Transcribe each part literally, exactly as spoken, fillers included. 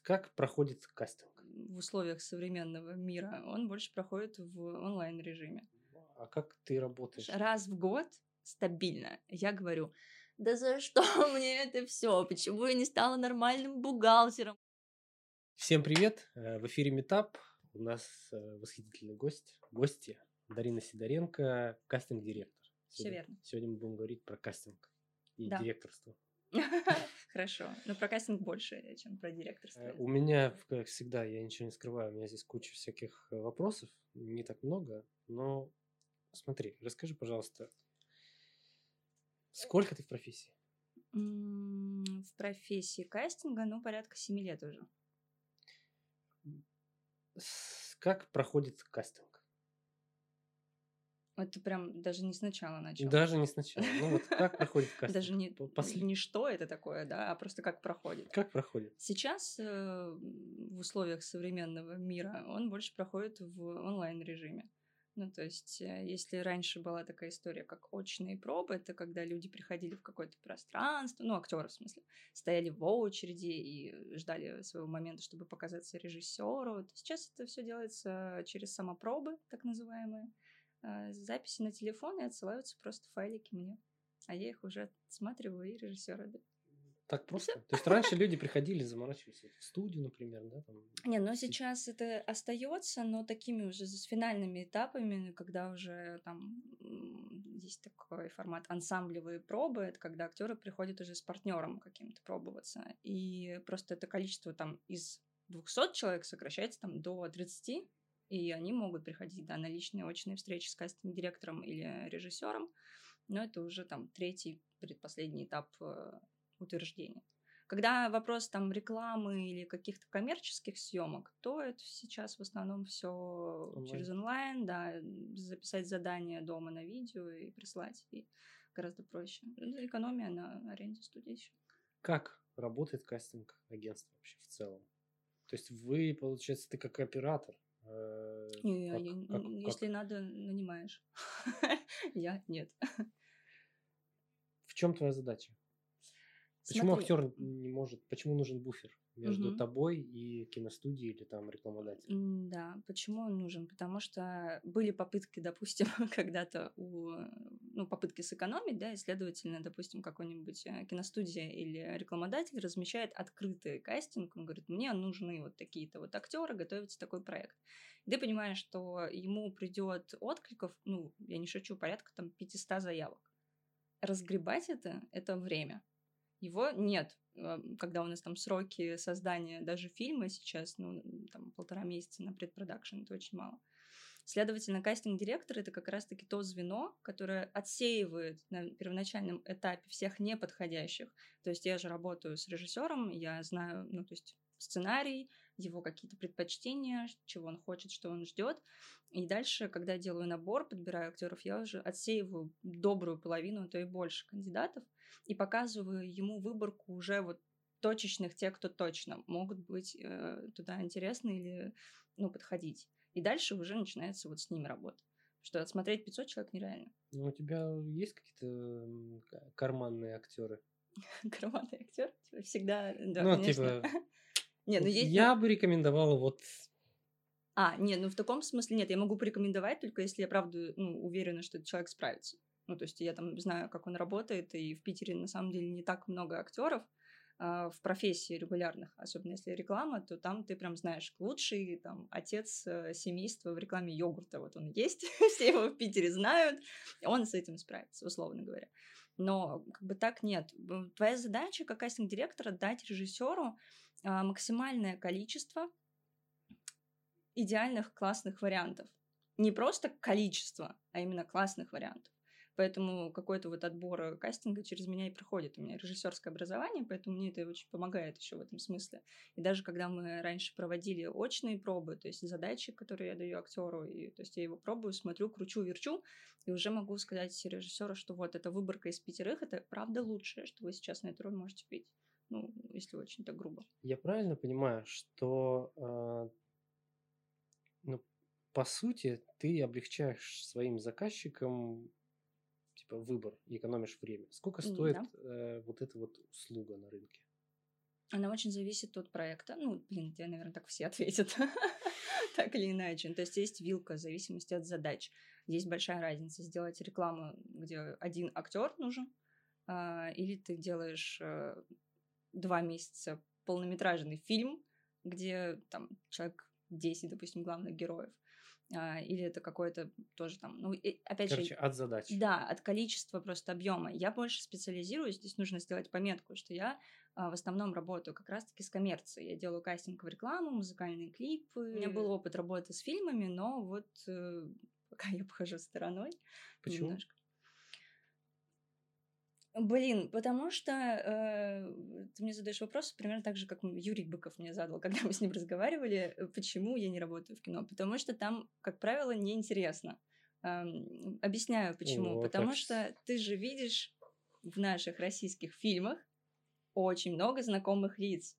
Как проходит кастинг? В условиях современного мира он больше проходит в онлайн-режиме. А как ты работаешь? Раз в год стабильно я говорю: "Да за что мне это все? Почему я не стала нормальным бухгалтером?" Всем привет! Э, В эфире Метап. У нас э, восхитительный гость, гостья Дарина Сидоренко, кастинг-директор. Все Сегодня, верно. сегодня мы будем говорить про кастинг и Да. директорство. Хорошо. Но про кастинг больше, чем про директорство. Э, У меня, как всегда, я ничего не скрываю, у меня здесь куча всяких э, вопросов, не так много, но смотри, расскажи, пожалуйста, сколько ты в профессии? М, В профессии кастинга, ну, порядка семи лет уже. С- Как проходит кастинг? Это прям даже не сначала начала. Даже не сначала. Ну вот как проходит кастинг? Даже не, По- после- не что это такое, да, а просто как проходит. Как проходит? Сейчас э, в условиях современного мира он больше проходит в онлайн-режиме. Ну, то есть, э, если раньше была такая история, как очные пробы, это когда люди приходили в какое-то пространство, ну, актеры в смысле, стояли в очереди и ждали своего момента, чтобы показаться режиссеру, то сейчас это все делается через самопробы, так называемые, э, записи на телефон, и отсылаются просто файлики мне. А я их уже отсматриваю, и режиссер отдает. Так всё. просто? То есть раньше люди приходили, заморачивались вот в студию, например, да? Там, Не, ну си- сейчас это остается, но такими уже с финальными этапами, когда уже там м, есть такой формат ансамблевые пробы, это когда актеры приходят уже с партнером каким-то пробоваться. И просто это количество там из двухсот человек сокращается там до тридцати, и они могут приходить, да, на личные очные встречи с кастинг-директором или режиссером, но это уже там третий, предпоследний этап э, утверждения. Когда вопрос там рекламы или каких-то коммерческих съемок, то это сейчас в основном все онлайн. через онлайн, да, записать задание дома на видео и прислать, и гораздо проще. Ну, экономия на аренде студии еще. Как работает кастинг-агентство вообще в целом? То есть вы, получается, ты как оператор. э, Не, я- как, я- как, если как- надо, нанимаешь. Я нет. В чем твоя задача? Почему Смотри, актер не может, почему нужен буфер между мгм. тобой и киностудией или там рекламодателем? М, Да, почему он нужен? Потому что были попытки, допустим, когда-то у, ну, попытки сэкономить, да, и, следовательно, допустим, какой-нибудь э, киностудия или рекламодатель размещает открытый кастинг, он говорит, мне нужны вот такие-то вот актеры, готовится такой проект. И ты понимаешь, что ему придет откликов, ну, я не шучу, порядка там пятьсот заявок. Разгребать это — это время. Его нет. Э, Когда у нас там сроки создания даже фильма сейчас, ну, там полтора месяца на предпродакшн, это очень мало. Следовательно, кастинг-директор — это как раз-таки то звено, которое отсеивает на первоначальном этапе всех неподходящих. То есть я же работаю с режиссером, я знаю, ну, то есть сценарий, его какие-то предпочтения, чего он хочет, что он ждет. И дальше, когда делаю набор, подбираю актеров, я уже отсеиваю добрую половину, а то и больше кандидатов, и показываю ему выборку уже вот точечных, тех, кто точно могут быть э, туда интересны или, ну, подходить. И дальше уже начинается вот с ними работа. Что отсмотреть пятьсот человек нереально. Ну, у тебя есть какие-то м, к- карманные актеры? Карманный актер типа, всегда, да, Ну, конечно. типа, Не, ну вот есть, ну, я бы рекомендовал вот. а, не, ну в таком смысле нет, я могу порекомендовать, только если я правда, ну, уверена, что этот человек справится. Ну, то есть я там знаю, как он работает, и в Питере на самом деле не так много актеров а, в профессии регулярных, особенно если реклама, то там ты прям знаешь, лучший там отец э, семейства в рекламе йогурта, вот он есть, все его в Питере знают, и он с этим справится, условно говоря. Но как бы так нет. Б- Твоя задача как кастинг-директора дать режиссеру а, максимальное количество идеальных классных вариантов. Не просто количество, а именно классных вариантов. Поэтому какой-то вот отбор э, кастинга через меня и проходит. У меня режиссерское образование, поэтому мне это очень помогает еще в этом смысле. И даже когда мы раньше проводили очные пробы, то есть задачи, которые я даю актеру, и, то есть я его пробую, смотрю, кручу, верчу, и уже могу сказать режиссеру, что вот эта выборка из пятерых, это правда лучшее, что вы сейчас на эту роль можете пить. Ну, если очень так грубо. Я правильно понимаю, что, э, ну, по сути, ты облегчаешь своим заказчикам типа выбор и экономишь время. Сколько М, Да. стоит э, вот эта вот услуга на рынке? Она очень зависит от проекта. Ну, блин, тебе, наверное, так все ответят. Так или иначе. Ну, то есть есть вилка в зависимости от задач. Есть большая разница сделать рекламу, где один актер нужен, а, или ты делаешь э, два месяца полнометражный фильм, где там человек десять, допустим, главных героев. А, или это какой-то тоже там, ну, и, опять Короче, же, от задач. да, от количества просто объема. Я больше специализируюсь, здесь нужно сделать пометку, что я а, в основном работаю как раз-таки с коммерцией. Я делаю кастинг в рекламу, музыкальные клипы. У меня был опыт работы с фильмами, но вот э, пока я обхожу стороной Почему? немножко. Блин, потому что э, ты мне задаешь вопрос примерно так же, как Юрий Быков мне задал, когда мы с ним разговаривали, э, почему я не работаю в кино. Потому что там, как правило, неинтересно. Эм, объясняю, почему. Вот Потому так. что ты же видишь в наших российских фильмах очень много знакомых лиц.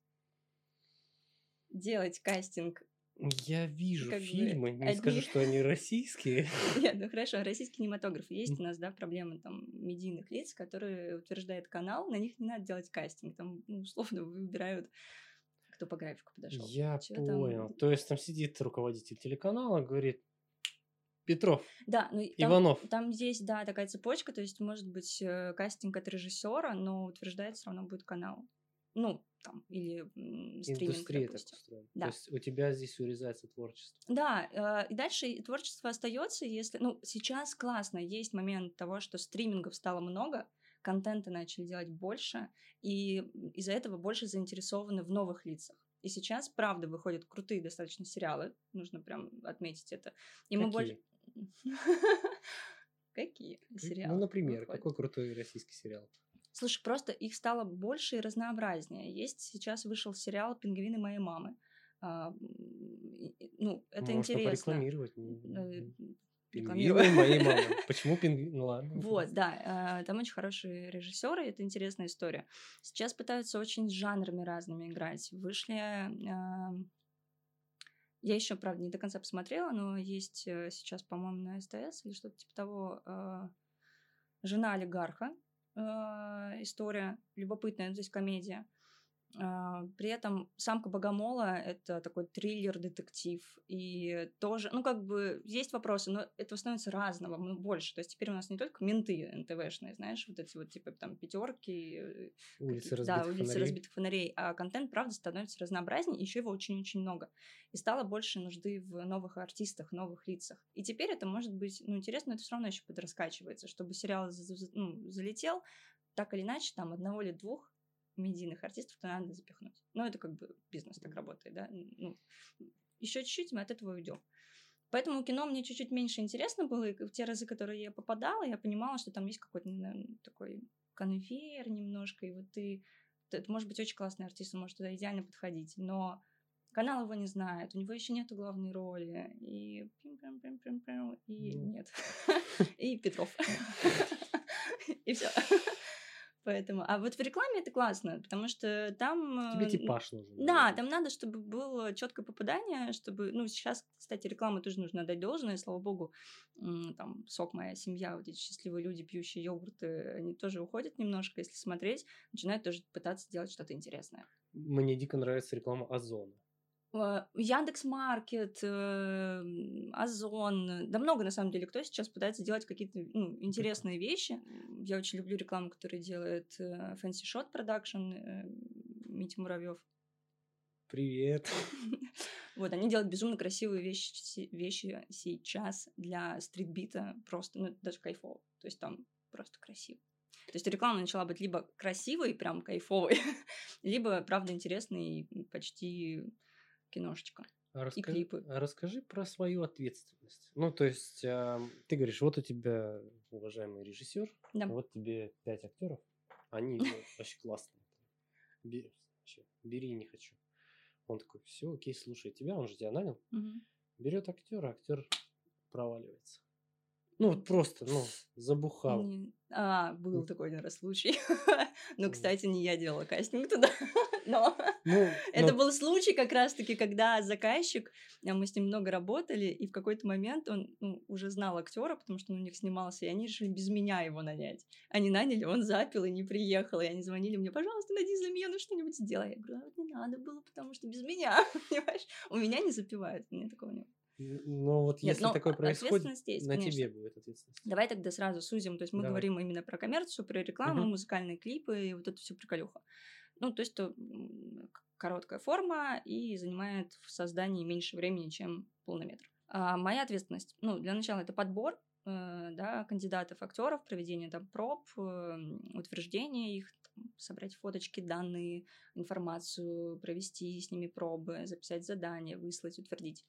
Делать кастинг Я вижу как бы фильмы, не скажу, одних... что они российские. Нет, ну хорошо, российский кинематограф. Есть у нас, да, проблемы там медийных лиц, которые утверждает канал, на них не надо делать кастинг. Там, ну, условно, выбирают, кто по графику подошел. Я Чё понял. там... То есть там сидит руководитель телеканала, говорит, Петров, Да, ну и там, Иванов. там есть, да, такая цепочка, то есть может быть э, кастинг от режиссера, но утверждает все равно будет канал. Ну, там, или м, стриминг, Индустрия так допустим. устроена. Да. То есть у тебя здесь урезается творчество. Да, э, и дальше и творчество остается, если... Ну, сейчас классно, есть момент того, что стримингов стало много, контента начали делать больше, и из-за этого больше заинтересованы в новых лицах. И сейчас, правда, выходят крутые достаточно сериалы, нужно прям отметить это. И мы больше... Какие? Какие Ну, сериалы например, выходят? какой крутой российский сериал? Слушай, просто их стало больше и разнообразнее. Есть сейчас вышел сериал «Пингвины моей мамы». А, м, и- и- ну, это Можно интересно. порекламировать. Э, М, Рекламирую. Пингвины моей мамы. Почему пингвин? Ну ладно. Вот, да, э, там очень хорошие режиссеры, это интересная история. Сейчас пытаются очень с жанрами разными играть. Вышли... э, Я еще, правда, не до конца посмотрела, но есть э, сейчас, по-моему, на СТС или что-то типа того, э, «Жена олигарха». э, История любопытная, ну, здесь комедия. А, При этом «Самка богомола» — это такой триллер-детектив. И тоже, ну, как бы, есть вопросы, но этого становится разного, ну, больше. То есть теперь у нас не только менты эн тэ вэ-шные, знаешь, вот эти вот, типа, там, пятерки, Улицы да, разбитых улицы фонарей. разбитых фонарей, а контент, правда, становится разнообразнее, еще его очень-очень много. И стало больше нужды в новых артистах, новых лицах. И теперь это может быть, ну, интересно, но это все равно еще подраскачивается, чтобы сериал за- за- ну, залетел, так или иначе, там, одного или двух медийных артистов-то надо запихнуть. Ну, это как бы бизнес так работает, да. Ну, еще чуть-чуть мы от этого уйдем. Поэтому кино мне чуть-чуть меньше интересно было, и в те разы, которые я попадала, я понимала, что там есть какой-то, наверное, такой конвейер немножко, и вот ты... Это может быть очень классный артист, он может туда идеально подходить, но канал его не знает, у него еще нету главной роли, и... и Ну. нет. И Петров. И все. Поэтому, а вот в рекламе это классно, потому что там... Тебе э, типаж нужен. Да, наверное. там надо, чтобы было четкое попадание, чтобы... Ну, сейчас, кстати, рекламу тоже нужно отдать должное, слава богу. М, Там «Сок моя семья», вот эти счастливые люди, пьющие йогурты, они тоже уходят немножко, если смотреть, начинают тоже пытаться делать что-то интересное. Мне дико нравится реклама Озона. Э, Яндекс.Маркет, э, Озон, да много на самом деле, кто сейчас пытается делать какие-то ну, интересные вещи. Я очень люблю рекламу, которую делает э, Fancy Shot Production, э, Митя Муравьев. Привет. Вот, они делают безумно красивые вещи, се- вещи сейчас для стритбита, просто, ну, даже кайфово. То есть там просто красиво. То есть реклама начала быть либо красивой, прям кайфовой, либо, правда, интересной и почти киношечка. А И расскажи, клипы. а расскажи про свою ответственность. Ну, то есть, ам, ты говоришь, вот у тебя уважаемый режиссер, Да. вот тебе пять актеров, они ну, вообще классные. Бери, вообще, бери, не хочу. Он такой, все, окей, слушай тебя, он же тебя нанял. Мгм. Берет актера, актер проваливается. Ну, вот просто, ну, забухал. Не- А, был М, такой один раз случай. Ну, м. кстати, не я делала кастинг туда, но Ну, это ну, был случай как раз-таки, когда заказчик, а, мы с ним много работали, и в какой-то момент он, ну, уже знал актера, потому что он у них снимался, и они решили без меня его нанять. Они наняли, он запил и не приехал, и они звонили мне: пожалуйста, найди замену, что-нибудь сделай. Я говорю: а вот не надо было, потому что без меня, понимаешь? У меня не запивают, у меня такого нет. н- но вот Нет, если но такое о- происходит, ответственность есть, на тебе конечно. будет ответственность. Давай тогда сразу сузим. То есть мы Давай. говорим именно про коммерцию, про рекламу, Мгм. музыкальные клипы и вот эту всю приколюху. Ну, то есть то м, к- короткая форма и занимает в создании меньше времени, чем полный метр. А моя ответственность, ну, для начала это подбор, э, да, кандидатов, актеров, проведение там проб, э, м, утверждение их, там, собрать фоточки, данные, информацию, провести с ними пробы, записать задание, выслать, утвердить.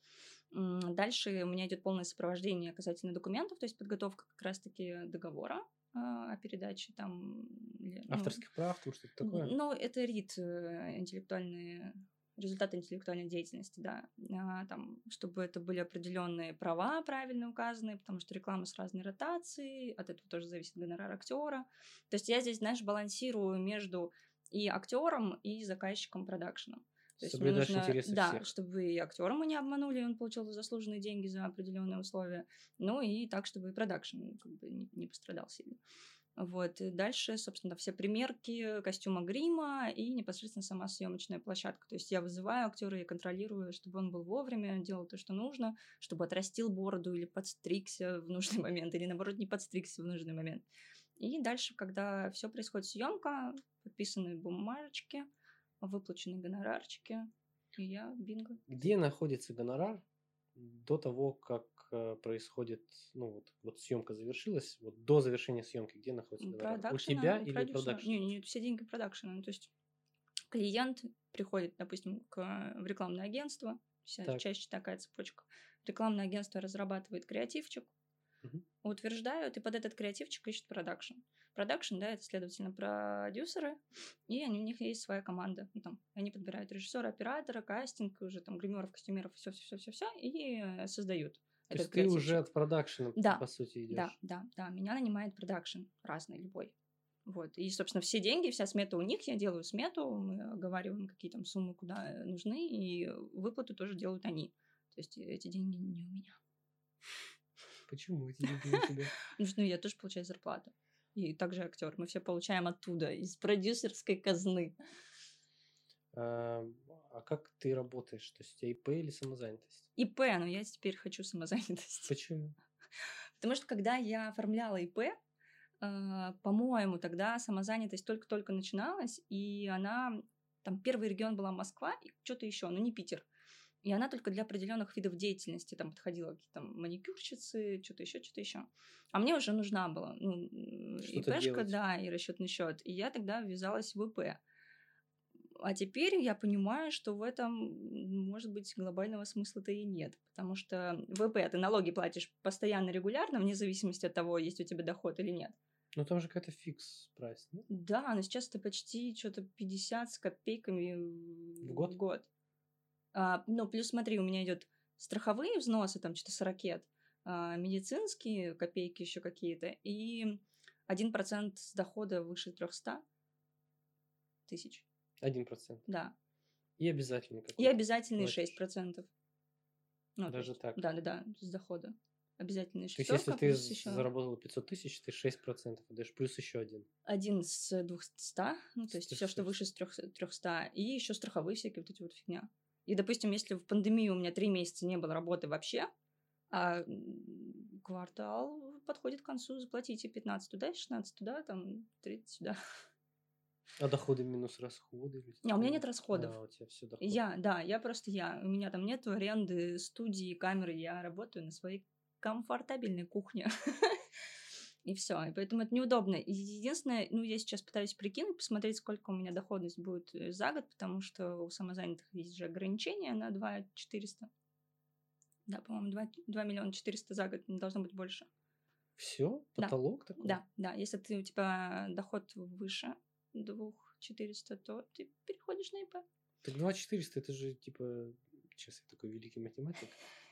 М, Дальше у меня идет полное сопровождение касательно документов, то есть подготовка как раз-таки договора а, о передаче там, или, ну, Авторских прав, там что-то такое. н- ну, это РИТ, э, интеллектуальные результаты интеллектуальной деятельности, да, А, там, чтобы это были определенные права правильно указаны, потому что реклама с разной ротацией, от этого тоже зависит гонорар актера. То есть я здесь, знаешь, балансирую между и актером, и заказчиком продакшеном. То есть мне Соблюдаешь нужно, интересы да, всех. чтобы и актера мы не обманули, и он получил заслуженные деньги за определенные условия, ну и так, чтобы и продакшн как бы не, не пострадал сильно. Вот, и дальше, собственно, все примерки костюма, грима и непосредственно сама съемочная площадка. То есть я вызываю актера и контролирую, чтобы он был вовремя, делал то, что нужно, чтобы отрастил бороду или подстригся в нужный момент, или наоборот не подстригся в нужный момент. И дальше, когда все происходит, съемка, подписанные бумажечки, выплаченные гонорарчики, и я бинго. Где находится гонорар до того, как э, происходит, ну вот, вот съемка завершилась, вот до завершения съемки, где находится У гонорар? У продакшена, тебя у или у продюсера. Не, продакшена? не, все деньги продакшена. Ну, то есть клиент приходит, допустим, к, в рекламное агентство, вся, Так. чаще такая цепочка. Рекламное агентство разрабатывает креативчик, Мгм. утверждают, и под этот креативчик ищет продакшн. Продакшн, да, это, следовательно, продюсеры, и они, у них есть своя команда. Ну, там, они подбирают режиссера, оператора, кастинг, уже там гримеров, костюмеров, все-все-все-все, и э, создают То этот есть ты уже креативчик. от продакшена, Да, по сути, да, идешь. да, да, меня нанимает продакшн разный, любой. Вот. И, собственно, все деньги, вся смета у них, я делаю смету, мы оговариваем, какие там суммы куда э, нужны, и выплату тоже делают они. То есть эти деньги не у меня. Почему эти деньги не у тебя? Потому что, ну, я тоже получаю зарплату. И также актер. Мы все получаем оттуда, из продюсерской казны. А, а как ты работаешь? То есть у тебя ИП или самозанятость? ИП, но я теперь хочу самозанятость. Почему? Потому что когда я оформляла ИП, а, по-моему, тогда самозанятость только-только начиналась, и она, там, первый регион была Москва и что-то еще, но не Питер. И она только для определенных видов деятельности там подходила, какие-то там маникюрщицы, что-то еще, что-то еще. А мне уже нужна была, ну, м, Что-то ИПшка, делать? да, и расчетный счет. И я тогда ввязалась в ИП. А теперь я понимаю, что в этом, м, может быть, глобального смысла-то и нет. Потому что в ИП ты налоги платишь постоянно, регулярно, вне зависимости от того, есть у тебя доход или нет. Ну там же какая-то фикс прайс, нет? Да, но сейчас это почти что-то пятьдесят с копейками В в год? год. А, ну, плюс смотри, у меня идет страховые взносы, там что-то сорокет, а, медицинские копейки еще какие-то, и один процент с дохода выше трехсот тысяч. Один процент. Да. И обязательно И какой-то обязательные платишь. шесть процентов. Ну, то Даже есть, так. да-да-да, с дохода. Обязательная То есть если шестерка, ты плюс з- еще заработал пятьсот тысяч, ты шесть процентов отдаешь, плюс еще один. один с двухсот, ну, то есть С- все, что с- выше с трехсот, и еще страховые всякие вот эти вот фигня. И, допустим, если в пандемию у меня три месяца не было работы вообще, а м, квартал подходит к концу, заплатите пятнадцать туда, шестнадцать туда, там тридцать сюда. А доходы минус расходы? Или Не, у меня нет такого? расходов. А, у тебя все доходы. Я, да, я просто я. У меня там нет аренды студии, камеры. Я работаю на своей комфортабельной кухне. И все. И поэтому это неудобно. И единственное, ну, я сейчас пытаюсь прикинуть, посмотреть, сколько у меня доходность будет э, за год, потому что у самозанятых есть же ограничение на два четыреста. Да, по-моему, два, два миллиона четыреста за год, не должно быть больше. Все? Да, Потолок такой? да, да. Если ты, у тебя доход выше двух четыреста, то ты переходишь на ИП. Так два четыреста это же типа... Сейчас я такой великий математик.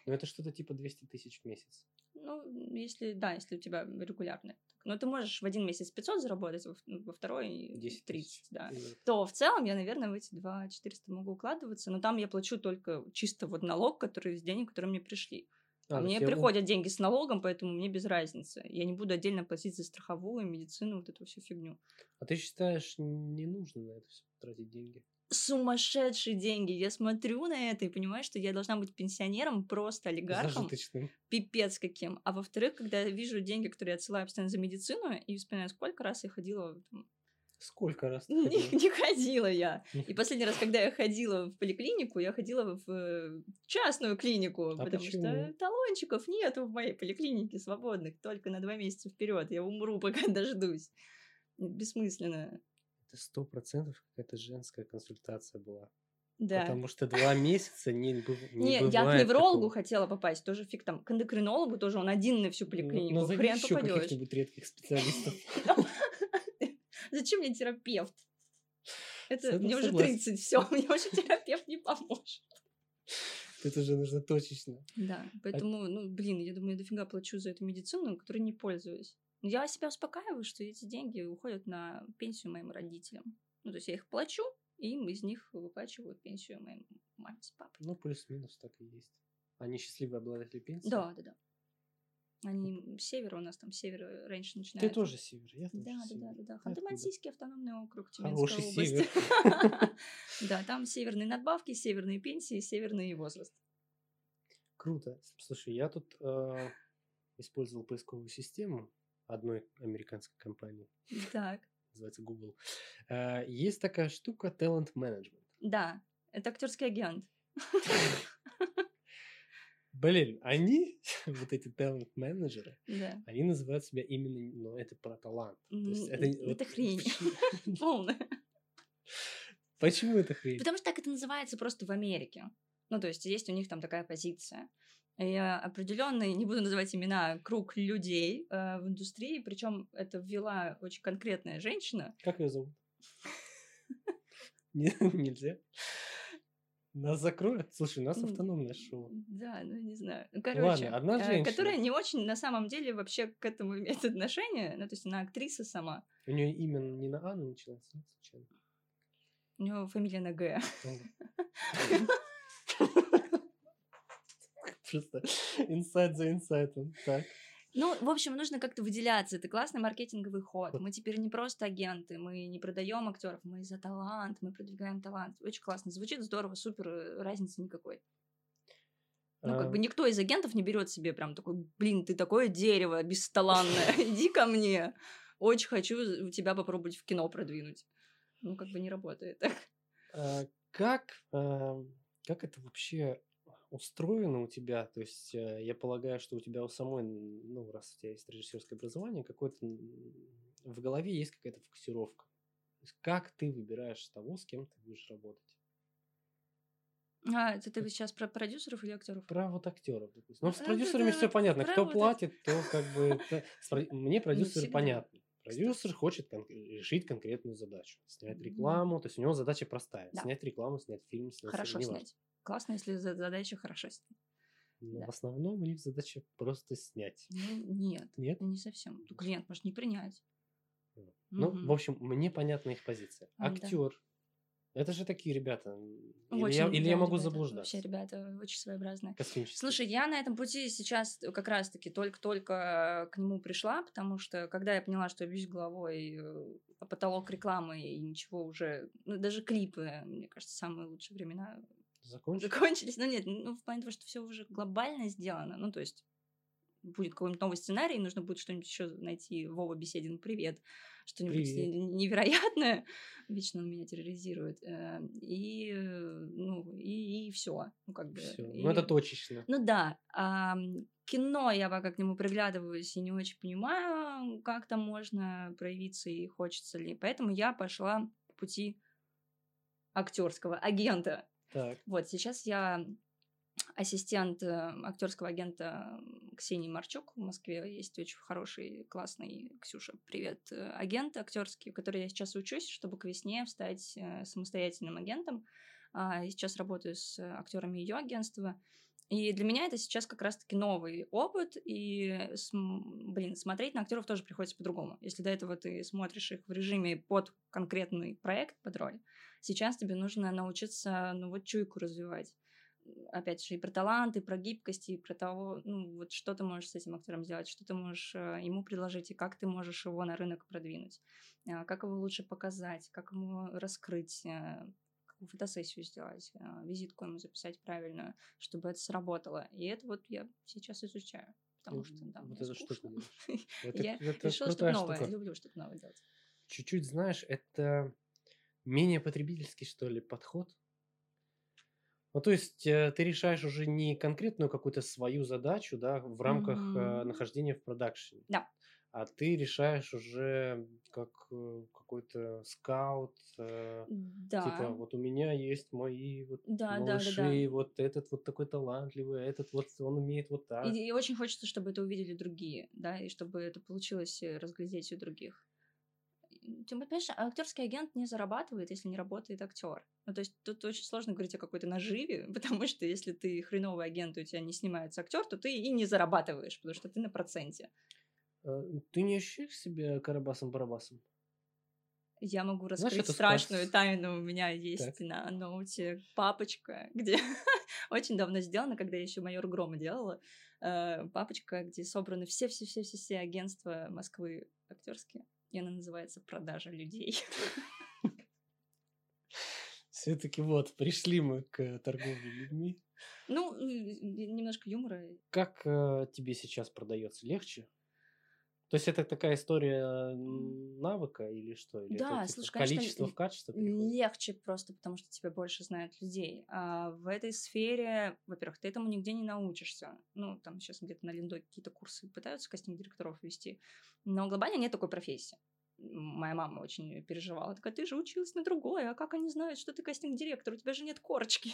Ну, это что-то типа двести тысяч в месяц. Ну, если, да, если у тебя регулярно. Но ты можешь в один месяц пятьсот заработать, во, во второй десять тридцать, тысяч. да. Мгм. То в целом я, наверное, в эти два четыреста могу укладываться, но там я плачу только чисто вот налог, который из денег, которые мне пришли. А, А, то мне есть я- приходят деньги с налогом, поэтому мне без разницы. Я не буду отдельно платить за страховую, медицину, вот эту всю фигню. А ты считаешь, не нужно на это все тратить деньги? Сумасшедшие деньги. Я смотрю на это и понимаю, что я должна быть пенсионером, просто олигархом, Зажиточным. пипец каким. А во-вторых, когда я вижу деньги, которые я отсылаю постоянно за медицину, и вспоминаю, сколько раз я ходила... там, Сколько раз ты Не, ходила? не ходила я. Не И последний раз, когда я ходила в поликлинику, я ходила в э, частную клинику, А потому почему? что талончиков нету в моей поликлинике свободных, только на два месяца вперед. Я умру, пока дождусь. Бессмысленно. Это сто процентов какая-то женская консультация была. Да. Потому что два месяца не, быв- не Не, я к бывает неврологу такого. хотела попасть, тоже фиг там. К эндокринологу тоже, он один на всю Ну, поликлинику. назови Хрен еще попадешь. каких-нибудь редких специалистов. Зачем мне терапевт? Это Согла- мне уже согласен. тридцать, все, мне уже терапевт не поможет. Тут уже нужно точечно. Да, поэтому, ну, блин, я думаю, я дофига плачу за эту медицину, которой не пользуюсь. Но я себя успокаиваю, что эти деньги уходят на пенсию моим родителям. Ну, то есть я их плачу, и им из них выплачивают пенсию моим маме с папой. Ну, плюс-минус так и есть. Они счастливые обладатели пенсии? Да, да, да. Они с севера, у нас там север раньше Ты начинается. тоже север, я тоже Да, да, да, север. да, да. Ты откуда? Ханты-Мансийский автономный округ, Тюменская Хороший область. север. Да, там северные надбавки, северные пенсии, северный возраст. Круто. Слушай, я тут э, использовал поисковую систему одной американской компании, Так, называется Google. Э, есть такая штука talent management. да, это актерский агент. Блин, они, вот эти talent-менеджеры, Да. они называют себя именно, ну, это про талант. То есть М, это, Это вот хрень. почему- Полная. Почему это хрень? Потому что так это называется просто в Америке. Ну, то есть есть у них там такая позиция. И определенный, не буду называть имена, круг людей э, в индустрии, причем это ввела очень конкретная женщина. Как ее зовут? Не- Нельзя. Нас закроют? Слушай, у нас М, автономное шоу. Да, ну не знаю. Ну, Ладно, короче, одна э, женщина. которая не очень на самом деле вообще к этому имеет отношение. Ну, то есть она актриса сама. У нее имя не на А начинается, нет, случайно? У нее фамилия на Г. Просто инсайд за инсайтом. Так. Ну, в общем, нужно как-то выделяться. Это классный маркетинговый ход. Вот. Мы теперь не просто агенты, мы не продаем актеров, мы за талант, мы продвигаем талант. Очень классно. Звучит здорово, супер, э, разницы никакой. Ну, как А, бы никто из агентов не берет себе прям такой, блин, ты такое дерево бесталанное, иди ко мне. Очень хочу у тебя попробовать в кино продвинуть. Ну, как бы не работает так. а, Как, а, как это вообще устроено у тебя? То есть э, я полагаю, что у тебя у самой, н- ну, раз у тебя есть режиссерское образование, какое-то н- в голове есть какая-то фокусировка. То есть как ты выбираешь того, с кем ты будешь работать? А, это ты сейчас про продюсеров или актеров? Про вот актеров, допустим. Ну, с Ну, продюсерами это все вот понятно. про Кто вот платит, то как бы... т- с про- Мне продюсеры всегда, понятны. Продюсер хочет кон- решить конкретную задачу. Снять Мгм. рекламу. То есть у него задача простая. Да. Снять рекламу, снять фильм, снять Хорошо фильм, неважно. снять. Классно, если за- задача хорошо снять. Но Да. в основном у них задача просто снять. Ну, нет, Нет? не совсем. То клиент может не принять. Вот. Ну, Мгм. в общем, мне понятна их позиция. А, да. Актер. Это же такие ребята. Или Очень, я, или я да, могу ребята, заблуждаться. вообще ребята очень своеобразные. Космические. Слушай, я на этом пути сейчас как раз-таки только-только к нему пришла, потому что когда я поняла, что я бьюсь головой э, о потолок рекламы и ничего уже... Ну, даже клипы, мне кажется, самые лучшие времена Закончил? закончились. Ну, нет, ну, в плане того, что все уже глобально сделано. Ну, то есть будет какой-нибудь новый сценарий, нужно будет что-нибудь еще найти. Вова Беседин, привет. Что-нибудь Привет. невероятное. Вечно он меня терроризирует. Э, И, э, ну, и, и все. Ну, как бы. Все. и- Ну, это точечно. Ну да. А, м, кино я пока к нему приглядываюсь и не очень понимаю, как там можно проявиться и хочется ли. Поэтому я пошла по пути актерского агента. Так. Вот, сейчас я ассистент актерского агента м, Ксении Марчук. В Москве есть очень хороший, классный, Ксюша, привет, э, агент актерский, у которого я сейчас учусь, чтобы к весне стать э, самостоятельным агентом. а, и сейчас работаю с актерами ее агентства. И для меня это сейчас как раз-таки новый опыт, и, см- блин, смотреть на актеров тоже приходится по-другому. Если до этого ты смотришь их в режиме под конкретный проект, под роль, сейчас тебе нужно научиться, ну вот, чуйку развивать. Опять же, и про талант, и про гибкость, и про того, ну, вот что ты можешь с этим актером сделать, что ты можешь э, ему предложить, и как ты можешь его на рынок продвинуть, а, как его лучше показать, как ему раскрыть, э, какую фотосессию сделать, а, визитку ему записать правильную, чтобы это сработало. И это вот я сейчас изучаю, потому что, да, Вот мне эту штуку скучно. делаешь. Это, Я это решила что-то крутая новое, штука. люблю что-то новое делать. Чуть-чуть, знаешь, это менее потребительский, что ли, подход. Ну, то есть э, ты решаешь уже не конкретную какую-то свою задачу, да, в рамках э, Мгм. нахождения в продакшене, Да, а ты решаешь уже как э, какой-то скаут, э, типа да, вот у меня есть мои вот да, да, да, да. малыши, вот этот вот такой талантливый, а этот вот он умеет вот И, так. и очень хочется, чтобы это увидели другие, да, и чтобы это получилось э, разглядеть у других. И, Ты понимаешь, актерский агент не зарабатывает, если не работает актер. Ну, то есть тут очень сложно говорить о какой-то наживе, потому что если ты хреновый агент, и у тебя не снимается актер, то ты и не зарабатываешь, потому что ты на проценте. Э, Ты не ощущаешь себя Карабасом-Барабасом? Я могу Знаешь раскрыть эту страшную сказку? тайну. У меня Так. есть на ноуте папочка, где очень давно сделано, когда я еще майор Грома делала. э, Папочка, где собраны все-все-все-все-все агентства Москвы актерские. И она называется «Продажа людей». Все-таки вот, пришли мы к торговле людьми. Ну, э, немножко юмора. Как э, тебе сейчас продается? Легче? То есть это такая история м, навыка или что? Или это Да, типа слушай, конечно, количество в л- качество переходит? легче просто, потому что тебя больше знают людей. А в этой сфере, во-первых, ты этому нигде не научишься. Ну, там сейчас где-то на Линдой какие-то курсы пытаются кастинг-директоров вести. Но глобально нет такой профессии. М, Моя мама очень переживала. Такая, ты же училась на другое, а как они знают, что ты кастинг-директор? У тебя же нет корочки.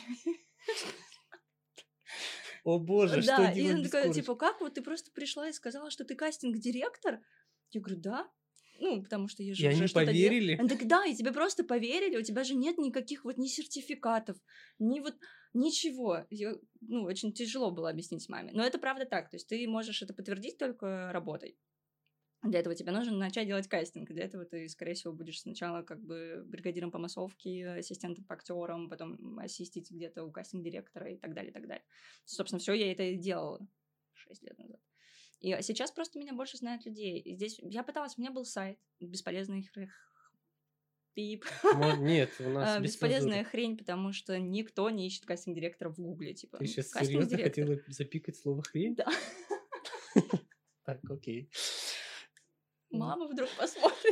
О боже, что Да, и делать она без такая, типа, корочки? как вот ты просто пришла и сказала, что ты кастинг-директор? Я говорю, да. Ну, потому что я И же уже они что-то делаю. поверили? Она такая, да, и тебе просто поверили, у тебя же нет никаких вот ни сертификатов, ни вот ничего. Я, ну, очень тяжело было объяснить маме. Но это правда так, то есть ты можешь это подтвердить только работой. Для этого тебе нужно начать делать кастинг. Для этого ты, скорее всего, будешь сначала как бы бригадиром по массовке, ассистентом по актерам, потом ассистить где-то у кастинг-директора и так далее, и так далее. Собственно, все я это и делала шесть лет назад. И сейчас просто меня больше знают людей. И здесь я пыталась, у меня был сайт, бесполезный хр- пип, Мо- Нет, у нас А, без бесполезная цензуры. хрень, потому что никто не ищет кастинг-директора в Гугле, типа, Ты сейчас серьезно кастинг-директор. хотела запикать слово хрень? Да, Так, окей. М, мама вдруг посмотрит.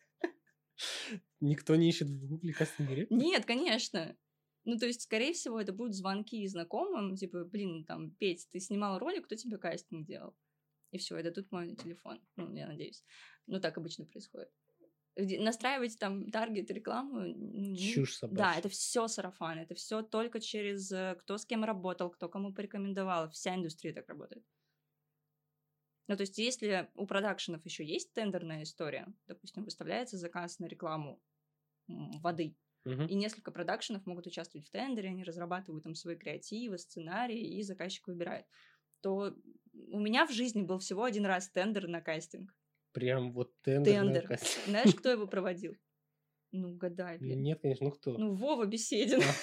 Никто не ищет в гугле кастинг-директор? Нет, конечно. Ну, то есть, скорее всего, это будут звонки знакомым, типа, блин, там, Петь, ты снимал ролик, кто тебе кастинг делал? И все, и дадут мой телефон. Ну, я надеюсь. Ну, так обычно происходит. Где- Настраивать там таргет, рекламу, ну, не- Чушь да, это собачья. все сарафан, это все только через э, кто с кем работал, кто кому порекомендовал. Вся индустрия так работает. Ну, то есть, если у продакшенов еще есть тендерная история, допустим, выставляется заказ на рекламу м, воды, Мгм. и несколько продакшенов могут участвовать в тендере, они разрабатывают там свои креативы, сценарии, и заказчик выбирает, то у меня в жизни был всего один раз тендер на кастинг. Прям вот тендер на Тендер. кастинг. Знаешь, кто его проводил? Ну, угадай, Ну, блин. нет, конечно, ну кто? Ну, Вова Беседин. А,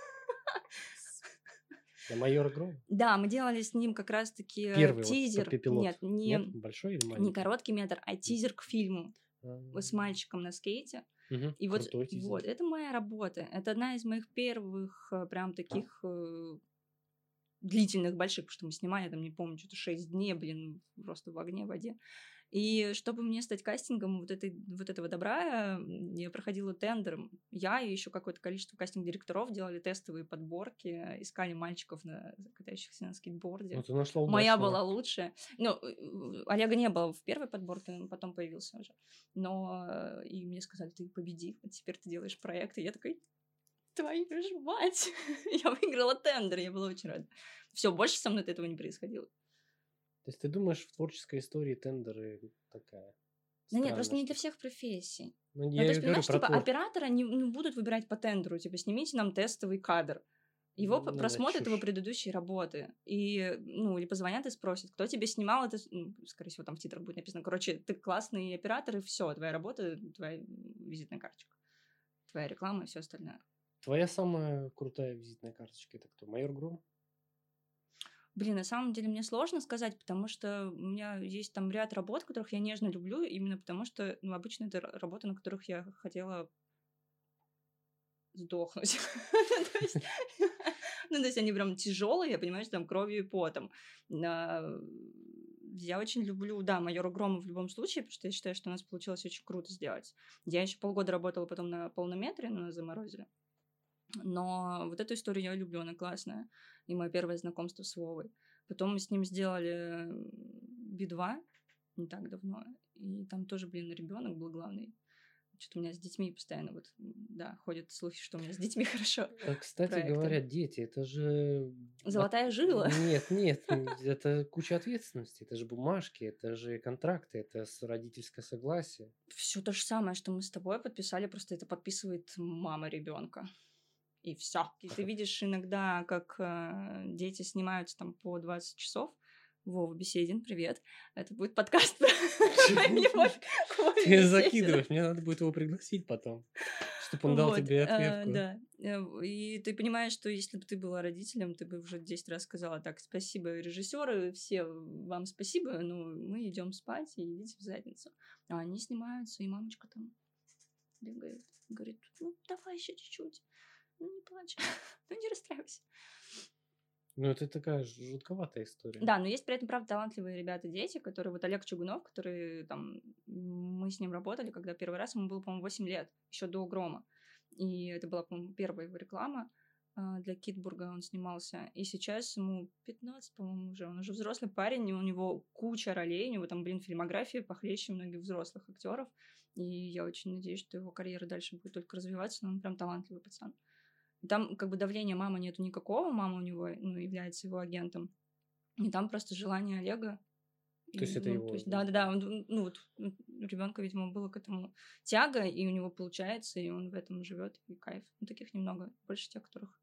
на майора Грома? Да, мы делали с ним как раз-таки э, Первый вот п- тизер. п- Нет, пилот. Нет? не, Большой или не маленький? короткий метр, а тизер к фильму А, с мальчиком на скейте. мгм. И вот, Крутой тизер. вот, это моя работа. Это одна из моих первых э, прям таких э, длительных, больших, потому что мы снимали, там, не помню, что-то шесть дней, блин, просто в огне, в воде. И чтобы мне стать кастингом вот, этой, вот этого добра, м, я проходила тендер. Я и еще какое-то количество кастинг-директоров делали тестовые подборки, искали мальчиков, на, катающихся на скейтборде. Ну, ты нашла Моя удачного. была лучшая. Ну, э, Олега не было в первой подборке, он потом появился уже. Но э, и мне сказали, ты победил, теперь ты делаешь проект. И я такой, твою ж мать! Я выиграла тендер, я была очень рада. Все, больше со мной этого не происходило. То есть ты думаешь, в творческой истории тендеры такая Да нет, просто Странная не для штука. всех профессий. Ну, Ну, я то и есть, говорю понимаешь, про типа твор оператора не, не будут выбирать по тендеру, типа снимите нам тестовый кадр. Его п- Ну да, просмотрят его чушь. предыдущие работы. И, ну, или позвонят и спросят, кто тебе снимал это, с- ну, скорее всего, там в титрах будет написано. Короче, ты классный оператор, и все, твоя работа, твоя визитная карточка, твоя реклама и все остальное. Твоя самая крутая визитная карточка — это кто? Майор Гром? Блин, на самом деле мне сложно сказать, потому что у меня есть там ряд работ, которых я нежно люблю, именно потому что, ну, обычно это р- работы, на которых я хотела сдохнуть. Ну, то есть, ну, то есть они прям тяжелые, я понимаю, что там кровью и потом. На- Я очень люблю, да, майора Грома в любом случае, потому что я считаю, что у нас получилось очень круто сделать. Я еще полгода работала потом на полнометре, но нас заморозили. Но вот эту историю я люблю, она классная. И мое первое знакомство с Вовой. Потом мы с ним сделали Би два не так давно. И там тоже, блин, ребенок был главный. Что-то у меня с детьми постоянно вот, м, да, ходят слухи, что у меня с детьми хорошо. А, кстати говоря, Проекты. дети — это же от Золотая жила. нет, нет, н это куча ответственности, это же бумажки, это же контракты, это с родительское согласие. Все то же самое, что мы с тобой подписали, просто это подписывает мама ребенка. И все. И ты видишь иногда, как э, дети снимаются там по двадцать часов. Вова Беседин, привет. Это будет подкаст про любовь к Вове Ты Беседину. закидываешь, мне надо будет его пригласить потом, чтобы он дал Вот, тебе э, ответку. да. Э, И ты понимаешь, что если бы ты была родителем, ты бы уже десять раз сказала: так, спасибо, режиссеры, все вам спасибо, но мы идем спать и идите в задницу. А они снимаются, и мамочка там бегает, говорит: ну, давай еще чуть-чуть, ну, не плачь, ну, не расстраивайся. Ну, это такая ж жутковатая история. Да, но есть при этом, правда, талантливые ребята, дети, которые... Вот Олег Чугунов, который там... Мы с ним работали, когда первый раз ему было, по-моему, восемь лет, еще до «Грома». И это была, по-моему, первая его реклама а, для Китбурга, он снимался. И сейчас ему пятнадцать, по-моему, уже. Он уже взрослый парень, и у него куча ролей, у него там, блин, фильмография похлеще многих взрослых актеров. И я очень надеюсь, что его карьера дальше будет только развиваться, но он прям талантливый пацан. Там как бы давления мамы нету никакого, мама у него, ну, является его агентом. И там просто желание Олега. То есть И, это ну, то его, есть, да-да-да, он, ну, вот у ребенка, видимо, было к этому тяга, и у него получается, и он в этом живет, и кайф. Ну, таких немного, больше тех, которых...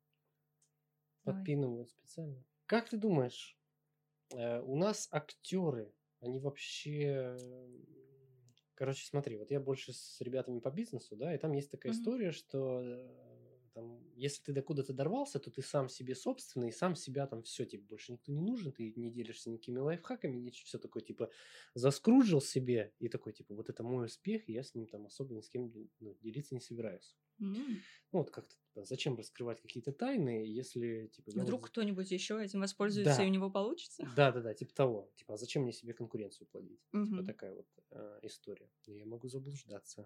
Давай. подпинывают специально. Как ты думаешь, э, у нас актеры, они вообще... м, Короче, смотри, вот я больше с ребятами по бизнесу, да, и там есть такая Мгм. история, что э, там, если ты до куда-то дорвался, то ты сам себе собственный, и сам себя там все, тебе больше никто не нужен, ты не делишься никакими лайфхаками, ничего, все такое, типа, заскруджил себе, и такой, типа, вот это мой успех, и я с ним там особо ни с кем ну, делиться не собираюсь. М. Ну, вот как-то, типа, зачем раскрывать какие-то тайны, если, типа, я вот... Вдруг кто-нибудь еще этим воспользуется, и у Да, него получится? да-да-да, типа того. Типа, а зачем мне себе конкуренцию плодить? Типа Мгм. такая вот э, история. Но я могу заблуждаться.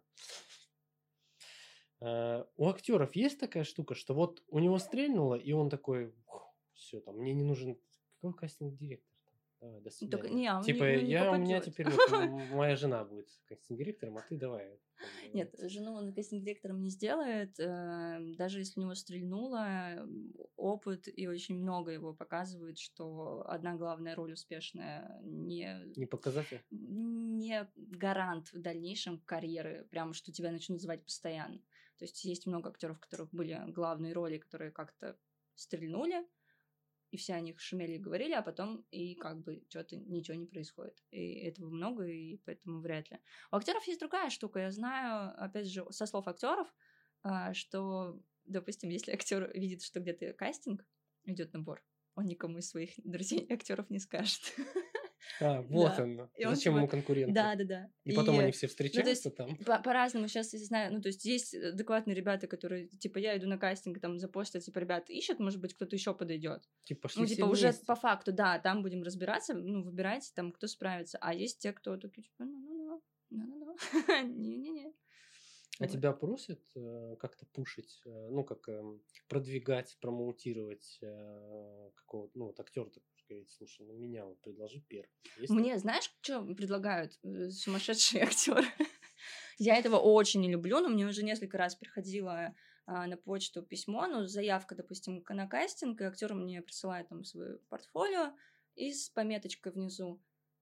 Э, у актеров есть такая штука, что вот у него стрельнуло, и он такой, все, там, мне не нужен... Какой кастинг-директор? Давай, до Ну, так, свидания. не, он не, Типа, ну, не я, у меня попадет. теперь вот м, моя жена будет кастинг-директором, а ты давай. как бы, Нет, вот. жену он кастинг-директором не сделает, э, даже если у него стрельнуло, м, опыт и очень много его показывает, что одна главная роль успешная не, Не показатель? не гарант в дальнейшем карьеры, прям что тебя начнут звать постоянно. То есть есть много актеров, у которых были главные роли, которые как-то стрельнули, и все о них шумели и говорили, а потом и как бы что-то ничего не происходит. И этого много, и поэтому вряд ли. У актеров есть другая штука. Я знаю, опять же, со слов актеров, а, что, допустим, если актер видит, что где-то кастинг, идет набор, он никому из своих друзей актеров не скажет. А, вот Да. оно. И он Зачем ему типа, конкуренты? да-да-да. И потом они И, все ну, то встречаются есть, там. по- по-разному сейчас, я знаю, ну, то есть, есть адекватные ребята, которые, типа, я иду на кастинг, там, запостят, типа, ребята ищут, может быть, кто-то еще подойдет. Типа, пошли Ну, все типа, уже вместе. по факту, да, там будем разбираться, ну, выбирайте, там, кто справится. А есть те, кто такие, типа, ну-ну-ну, ну-ну-ну, не-не-не. А Вот. тебя просят э, как-то пушить, э, ну, как эм, продвигать, промоутировать э, какого-то, ну, вот актер такой говорит, слушай, ну, меня вот предложи первым. Есть Мне, такое? знаешь, что предлагают э, сумасшедшие актеры? Я этого очень не люблю, но мне уже несколько раз приходило а, на почту письмо, ну, заявка, допустим, к- на кастинг, и актер мне присылает там свое портфолио и с пометочкой внизу: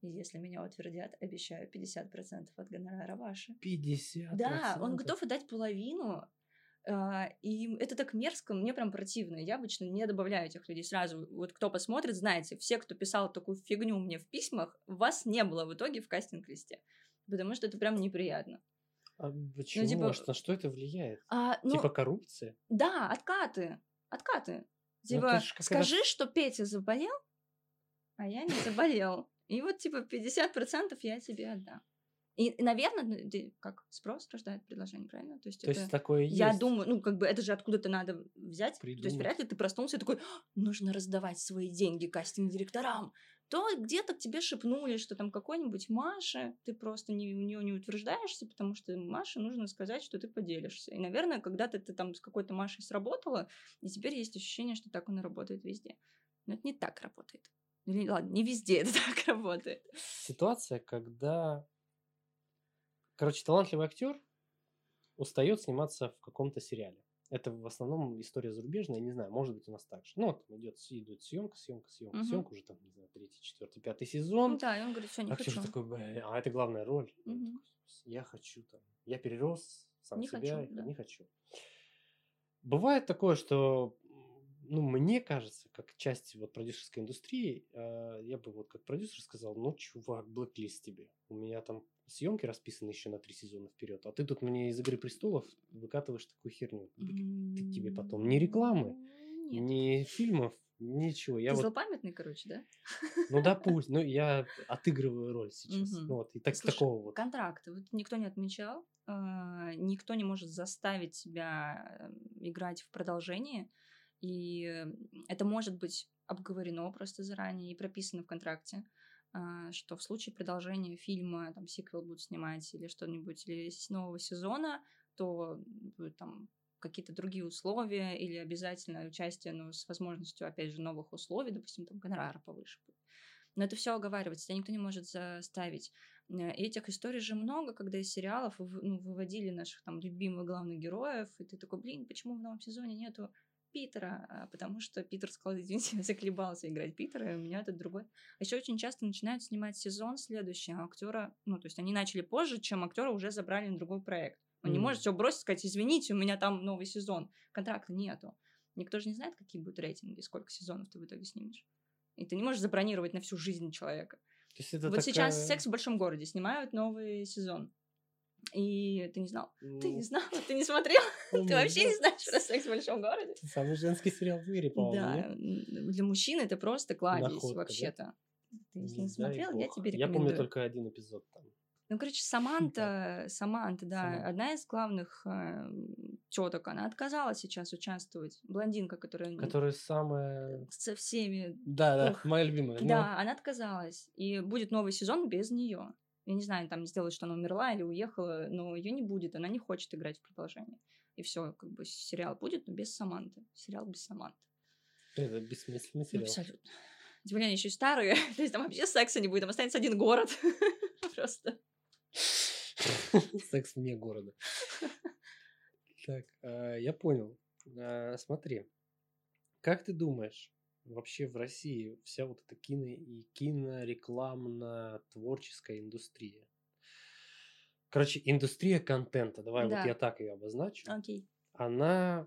И если меня утвердят, обещаю, пятьдесят процентов от гонорара ваши. пятьдесят Да, он процентов? готов отдать половину, а, и это так мерзко, мне прям противно. Я обычно не добавляю этих людей сразу. Вот кто посмотрит, знаете, все, кто писал такую фигню мне в письмах, вас не было в итоге в кастинг-листе. Потому что это прям неприятно. А Ну, почему? А типа, что- на что это влияет? а, Типа ну, коррупция? да, откаты, откаты. Ну, это Типа, ж как скажи, раз... что Петя заболел, а я не заболел. И вот, типа, пятьдесят процентов я тебе отдам. И, наверное, ты, как спрос рождает предложение, правильно? То есть То есть это, такое я есть. думаю, ну, как бы это же откуда-то надо взять. То есть Придумать. вряд ли ты проснулся и такой, «А, нужно раздавать свои деньги кастинг-директорам. То где-то к тебе шепнули, что там какой-нибудь Маше, ты просто не, у нее не утверждаешься, потому что Маше нужно сказать, что ты поделишься. И, наверное, когда-то ты там с какой-то Машей сработала, и теперь есть ощущение, что так он и работает везде. Но это не так работает. Или, ладно, не везде это так работает. Ситуация, когда, короче, талантливый актер устает сниматься в каком-то сериале. Это в основном история зарубежная, не знаю, может быть у нас так же. Ну, вот идет, идет съемка, съемка, съемка, Мгм. съемка, уже там, не знаю, третий, четвертый, пятый Ну сезон. да, и он говорит, все, не Актер хочу. такой, «Бля, а это главная роль. И он Мгм. такой, я хочу там, я перерос сам Не себя, хочу, да. не хочу. Бывает такое, что, ну, мне кажется, как часть вот продюсерской индустрии, э, я бы вот как продюсер сказал, ну, чувак, блэк-лист тебе. У меня там съемки расписаны еще на три сезона вперед, а ты тут мне из «Игры престолов» выкатываешь такую херню. Так ты- тебе потом ни рекламы, М, Нет. ни фильмов, ничего. Я Ты вот, злопамятный, короче, да? ну, допустим, ну, я отыгрываю роль сейчас. Мгм. Ну, вот, и так, Слушай, такого вот. контракты вот никто не отмечал, а, никто не может заставить себя э, играть в продолжении, и э, это может быть обговорено просто заранее и прописано в контракте, а, что в случае продолжения фильма, там, сиквел будут снимать или что-нибудь, или с нового сезона, то будут там какие-то другие условия или обязательное участие, но с возможностью, опять же, новых условий, допустим, там, гонорара повыше будет. Но это все оговаривается, тебя никто не может заставить. Э, И этих историй же много, когда из сериалов вы- ну, выводили наших там любимых главных героев, и ты такой, блин, почему в новом сезоне нету Питера? А потому что Питер сказал, извините, я заколебался играть Питера, и у меня этот другой. А еще очень часто начинают снимать сезон следующий, а актера, ну, то есть они начали позже, чем актера уже забрали на другой проект. Он не может М. все бросить, сказать, извините, у меня там новый сезон, контракта нету. Никто же не знает, какие будут рейтинги, сколько сезонов ты в итоге снимешь. И ты не можешь забронировать на всю жизнь человека. То есть это Вот сейчас такая... «Секс в большом городе» снимают новый сезон. И ты не знал? Ты не Ну, знала? Ты не смотрел? Ты помню, вообще да. не знаешь про «Секс в большом городе»? Это самый женский сериал в мире, по-моему, нет? Да, м, для мужчин это просто кладезь Находка, да? вообще-то. Ты если Не не дай смотрел, я бог. тебе Я помню рекомендую. только один эпизод там. Ну, короче, Так, Саманта, Саманта, да, Саманта. одна из главных э, теток, она отказалась сейчас участвовать. Блондинка, которая Которая самая... со всеми... Да, да, Ух, моя любимая. Но да, она отказалась. И будет новый сезон без нее. Я не знаю, там сделают, что она умерла или уехала, но ее не будет. Она не хочет играть в продолжение. И все, как бы сериал будет, но без Саманты. Сериал без Саманты. это бессмысленный Ну, сериал. абсолютно. Тем более они еще и старые. То есть там вообще секса не будет. Там останется один город. Просто. Секс вне города. Так, а, я понял. А, Смотри, как ты думаешь, вообще в России вся вот эта кино и кинорекламно-творческая индустрия? Короче, индустрия контента, давай вот я Да, так ее обозначу, окей. она,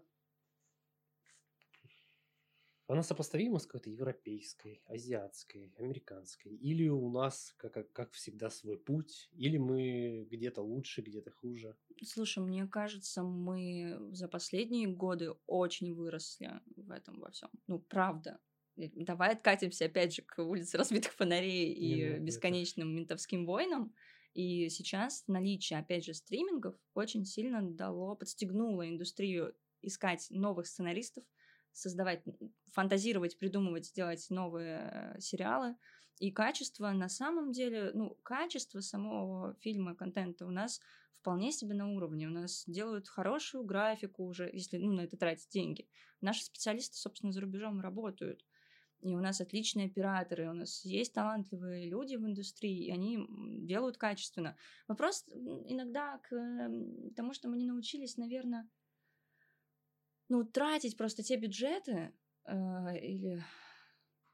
она сопоставима с какой-то европейской, азиатской, американской? Или у нас, как, как, как всегда, свой путь? Или мы где-то лучше, где-то хуже? Слушай, мне кажется, мы за последние годы очень выросли в этом во всем. Ну, правда. И давай откатимся опять же к улице разбитых фонарей Не, и ну это... бесконечным ментовским войнам. И сейчас наличие, опять же, стримингов очень сильно дало, подстегнуло индустрию искать новых сценаристов, создавать, фантазировать, придумывать, делать новые э, сериалы. И качество, на самом деле, ну, качество самого фильма, контента у нас вполне себе на уровне. У нас делают хорошую графику уже, если ну, на это тратить деньги. Наши специалисты, собственно, за рубежом работают. И у нас отличные операторы, у нас есть талантливые люди в индустрии, и они м, делают качественно. Вопрос м, иногда к м, тому, что мы не научились, наверное, ну, тратить просто те бюджеты, э, или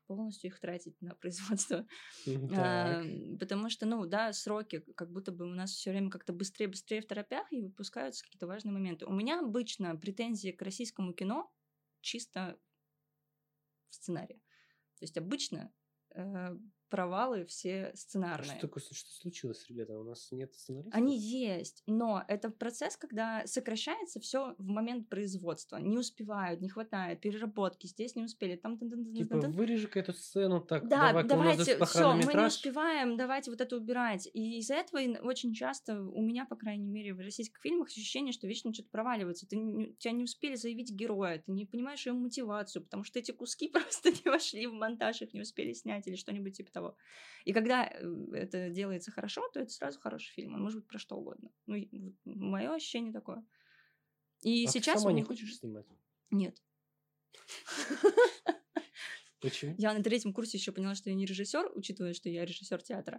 полностью их тратить на производство. Мгм, А, Так. Потому что, ну, да, сроки, как будто бы у нас все время как-то быстрее-быстрее в торопях и выпускаются какие-то важные моменты. У меня обычно претензии к российскому кино чисто в сценарии. То есть обычно э, провалы все А что сценарные. такое, с- что случилось, ребята? У нас нет Они сценаристов? есть, но это процесс, когда сокращается все в момент производства. Не успевают, не хватает, переработки, здесь не успели, там тын тын тын Типа, тын. вырежи-ка эту сцену, так, Да, давай-ка, у нас здесь давайте, все, мы не хронометраж. успеваем, давайте вот это убирать. И из-за этого и очень часто у меня, по крайней мере, в российских фильмах ощущение, что вечно что-то проваливается. Ты не, тебя не успели заявить героя, ты не понимаешь его мотивацию, потому что эти куски просто не вошли в монтаж, их не успели снять или что-нибудь типа того. И когда э, это делается хорошо, то это сразу хороший фильм. Он может быть про что угодно. Ну, мое ощущение такое. И А ты сейчас... сама не м, хочешь снимать? Нет. Почему? Я на третьем курсе еще поняла, что я не режиссер, учитывая, что я режиссер театра.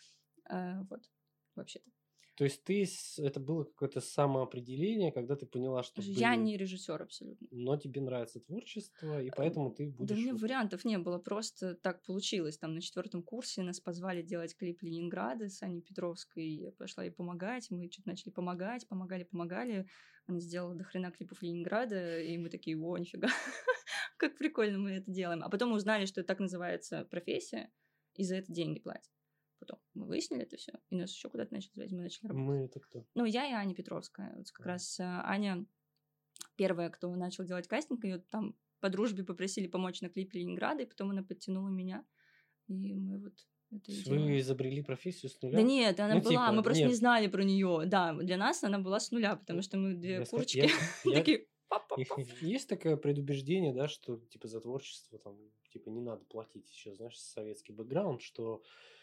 А, вот, вообще-то. То есть ты, с- это было какое-то самоопределение, когда ты поняла, что, Я блин, не режиссер абсолютно. но тебе нравится творчество, и Э, поэтому ты Да будешь... у меня вот- вариантов не было, просто так получилось. Там на четвертом курсе нас позвали делать клип Ленинграда с Аней Петровской. Я пошла ей помогать, мы что-то начали помогать, помогали, помогали. Она сделала до хрена клипов Ленинграда, и мы такие, о, нифига, как прикольно мы это делаем. А потом мы узнали, что это так называется профессия, и за это деньги платят. Потом мы выяснили это все, и нас еще куда-то начали звать, мы начали работать. Мы это кто? Ну, я и Аня Петровская. Вот как А. раз э, Аня первая, кто начал делать кастинг, ее там по дружбе попросили помочь на клипе Ленинграда, и потом она подтянула меня, и мы вот это То и есть делаем. вы изобрели профессию с нуля? Да нет, она Ну, была, типа, мы просто не нет. знали про нее. Да, для нас она была с нуля, потому что мы две Я ска- курочки я- я- такие... «Пап-пап-пап». Есть такое предубеждение, да, что типа за творчество там типа не надо платить. Еще, знаешь, советский бэкграунд, что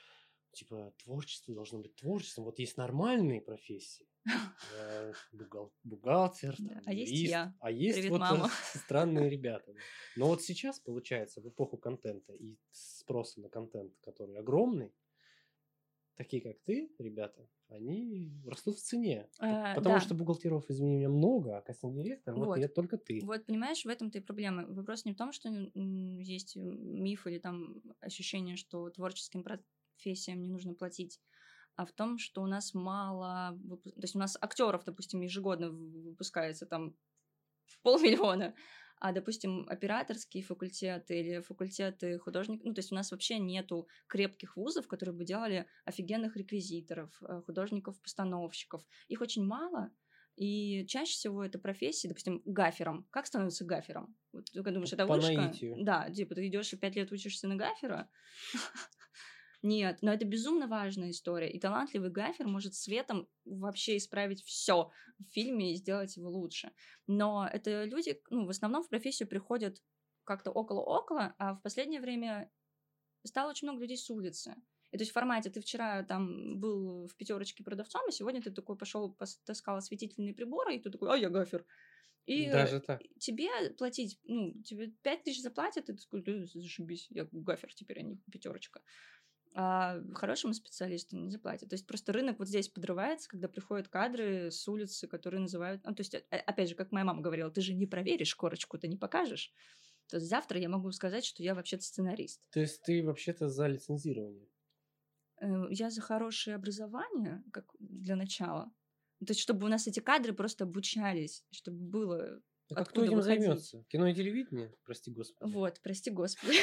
типа творчество должно быть творчеством. Вот есть нормальные профессии. э, бухгал- Бухгалтер, Да, там, а есть юрист, я. а есть Привет, вот мама. странные ребята. да. Но вот сейчас, получается, в эпоху контента и спроса на контент, который огромный, такие как ты, ребята, они растут в цене. П- Э, Потому Да, что бухгалтеров, извини меня, много, а кастинг-директор, вот вот. нет, только ты. Вот, понимаешь, в этом-то и проблема. Вопрос не в том, что м, есть миф или там ощущение, что творческим профессиям не нужно платить, а в том, что у нас мало... выпу- То есть у нас актеров, допустим, ежегодно в- выпускается там полмиллиона, а, допустим, операторские факультеты или факультеты художников, ну, то есть у нас вообще нету крепких вузов, которые бы делали офигенных реквизиторов, э, художников-постановщиков. Их очень мало, и чаще всего это профессии, допустим, гафером. Как становится гафером? Вот ты думаешь, По это по вышка? наитию. Да, типа ты идешь и пять лет учишься на гафера? Нет, но это безумно важная история. И талантливый гафер может светом вообще исправить все в фильме и сделать его лучше. Но это люди, ну, в основном в профессию приходят как-то около-около, а в последнее время стало очень много людей с улицы. И то есть в формате ты вчера там был в пятерочке продавцом, а сегодня ты такой пошел, таскал осветительные приборы, и ты такой, а я гафер. И э, Даже так. тебе платить, ну, тебе пять тысяч заплатят, и ты такой, да, зашибись, я гафер теперь, а не пятерочка. А хорошему специалисту не заплатят. То есть просто рынок вот здесь подрывается, когда приходят кадры с улицы, которые называют... Ну, то есть, о- опять же, как моя мама говорила, ты же не проверишь корочку, ты не покажешь. То есть завтра я могу сказать, что я вообще-то сценарист. То есть ты вообще-то за лицензирование. Э, Я за хорошее образование, как для начала. То есть, чтобы у нас эти кадры просто обучались, чтобы было Так а кто откуда этим выходить. займется? Кино и телевидение? Прости господи. Вот, прости господи.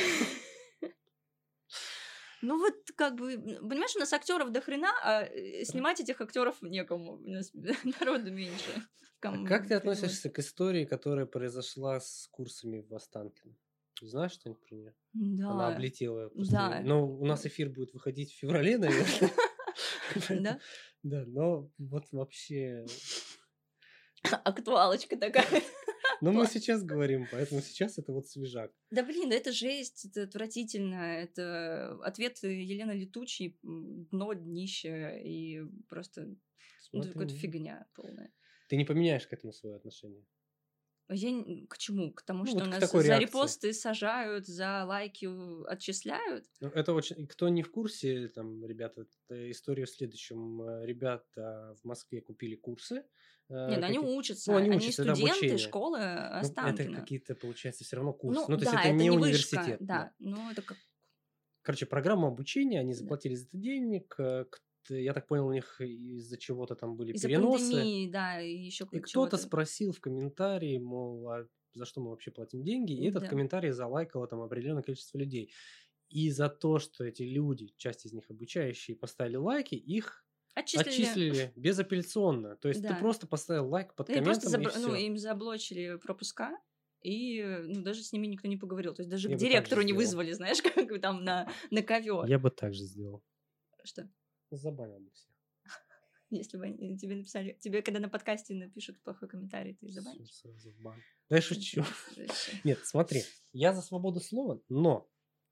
Ну вот, как бы, м, понимаешь, у нас актеров до хрена, а э, снимать этих актеров некому. У нас народу меньше. в А ком- как ты в относишься производстве. к истории, которая произошла с курсами в Останкино? Ты знаешь что-нибудь про нее? Она Да, облетела после... да. Ну, у нас эфир будет выходить в феврале, наверное. Поэтому- Да? Да, но вот вообще... Актуалочка такая. Но мы Класс. сейчас говорим, поэтому сейчас это вот свежак. Да блин, да это жесть, это отвратительно. Это ответ Елены Летучей, м, дно, днище и просто ну, это какая-то Смотрим. фигня полная. Ты не поменяешь к этому свое отношение. Я н- к чему? К тому, Ну, что вот к нас такой за реакции. репосты сажают, за лайки у- отчисляют? Ну, это очень... Кто не в курсе, там, ребята, это история в следующем. Э, Ребята в Москве купили курсы. Нет, э, ну они какие- учатся, Ну, они они учатся, это студенты обучение. школы Ну, это Останкино. какие-то, получается, все равно курсы. Ну Ну, то есть да, это это не не вышка, университет, да. да, но это как... Короче, программа обучения, они Да. заплатили за это денег. э, к- Я так понял, у них из-за чего-то там были Из-за переносы. пандемии, да, и еще И кто-то чего-то. спросил в комментарии, мол, а за что мы вообще платим деньги? И этот Да. комментарий залайкало там определенное количество людей. И за то, что эти люди, часть из них обучающие, поставили лайки, их Отчислили. отчислили безапелляционно. То есть ты Да. просто поставил лайк под Ну, и просто комментом, и забро- ну, все. им заблочили пропуска, и ну, даже с ними никто не поговорил. То есть даже Я к бы так же директору не сделал. вызвали, знаешь, как бы там на, на ковер. Я бы так же сделал. Что? Забанил бы всех. Если бы они тебе написали... Тебе, когда на подкасте напишут плохой комментарий, ты забанишь? Всё сразу в бан. Да я шучу. Нет, смотри, я за свободу слова, но...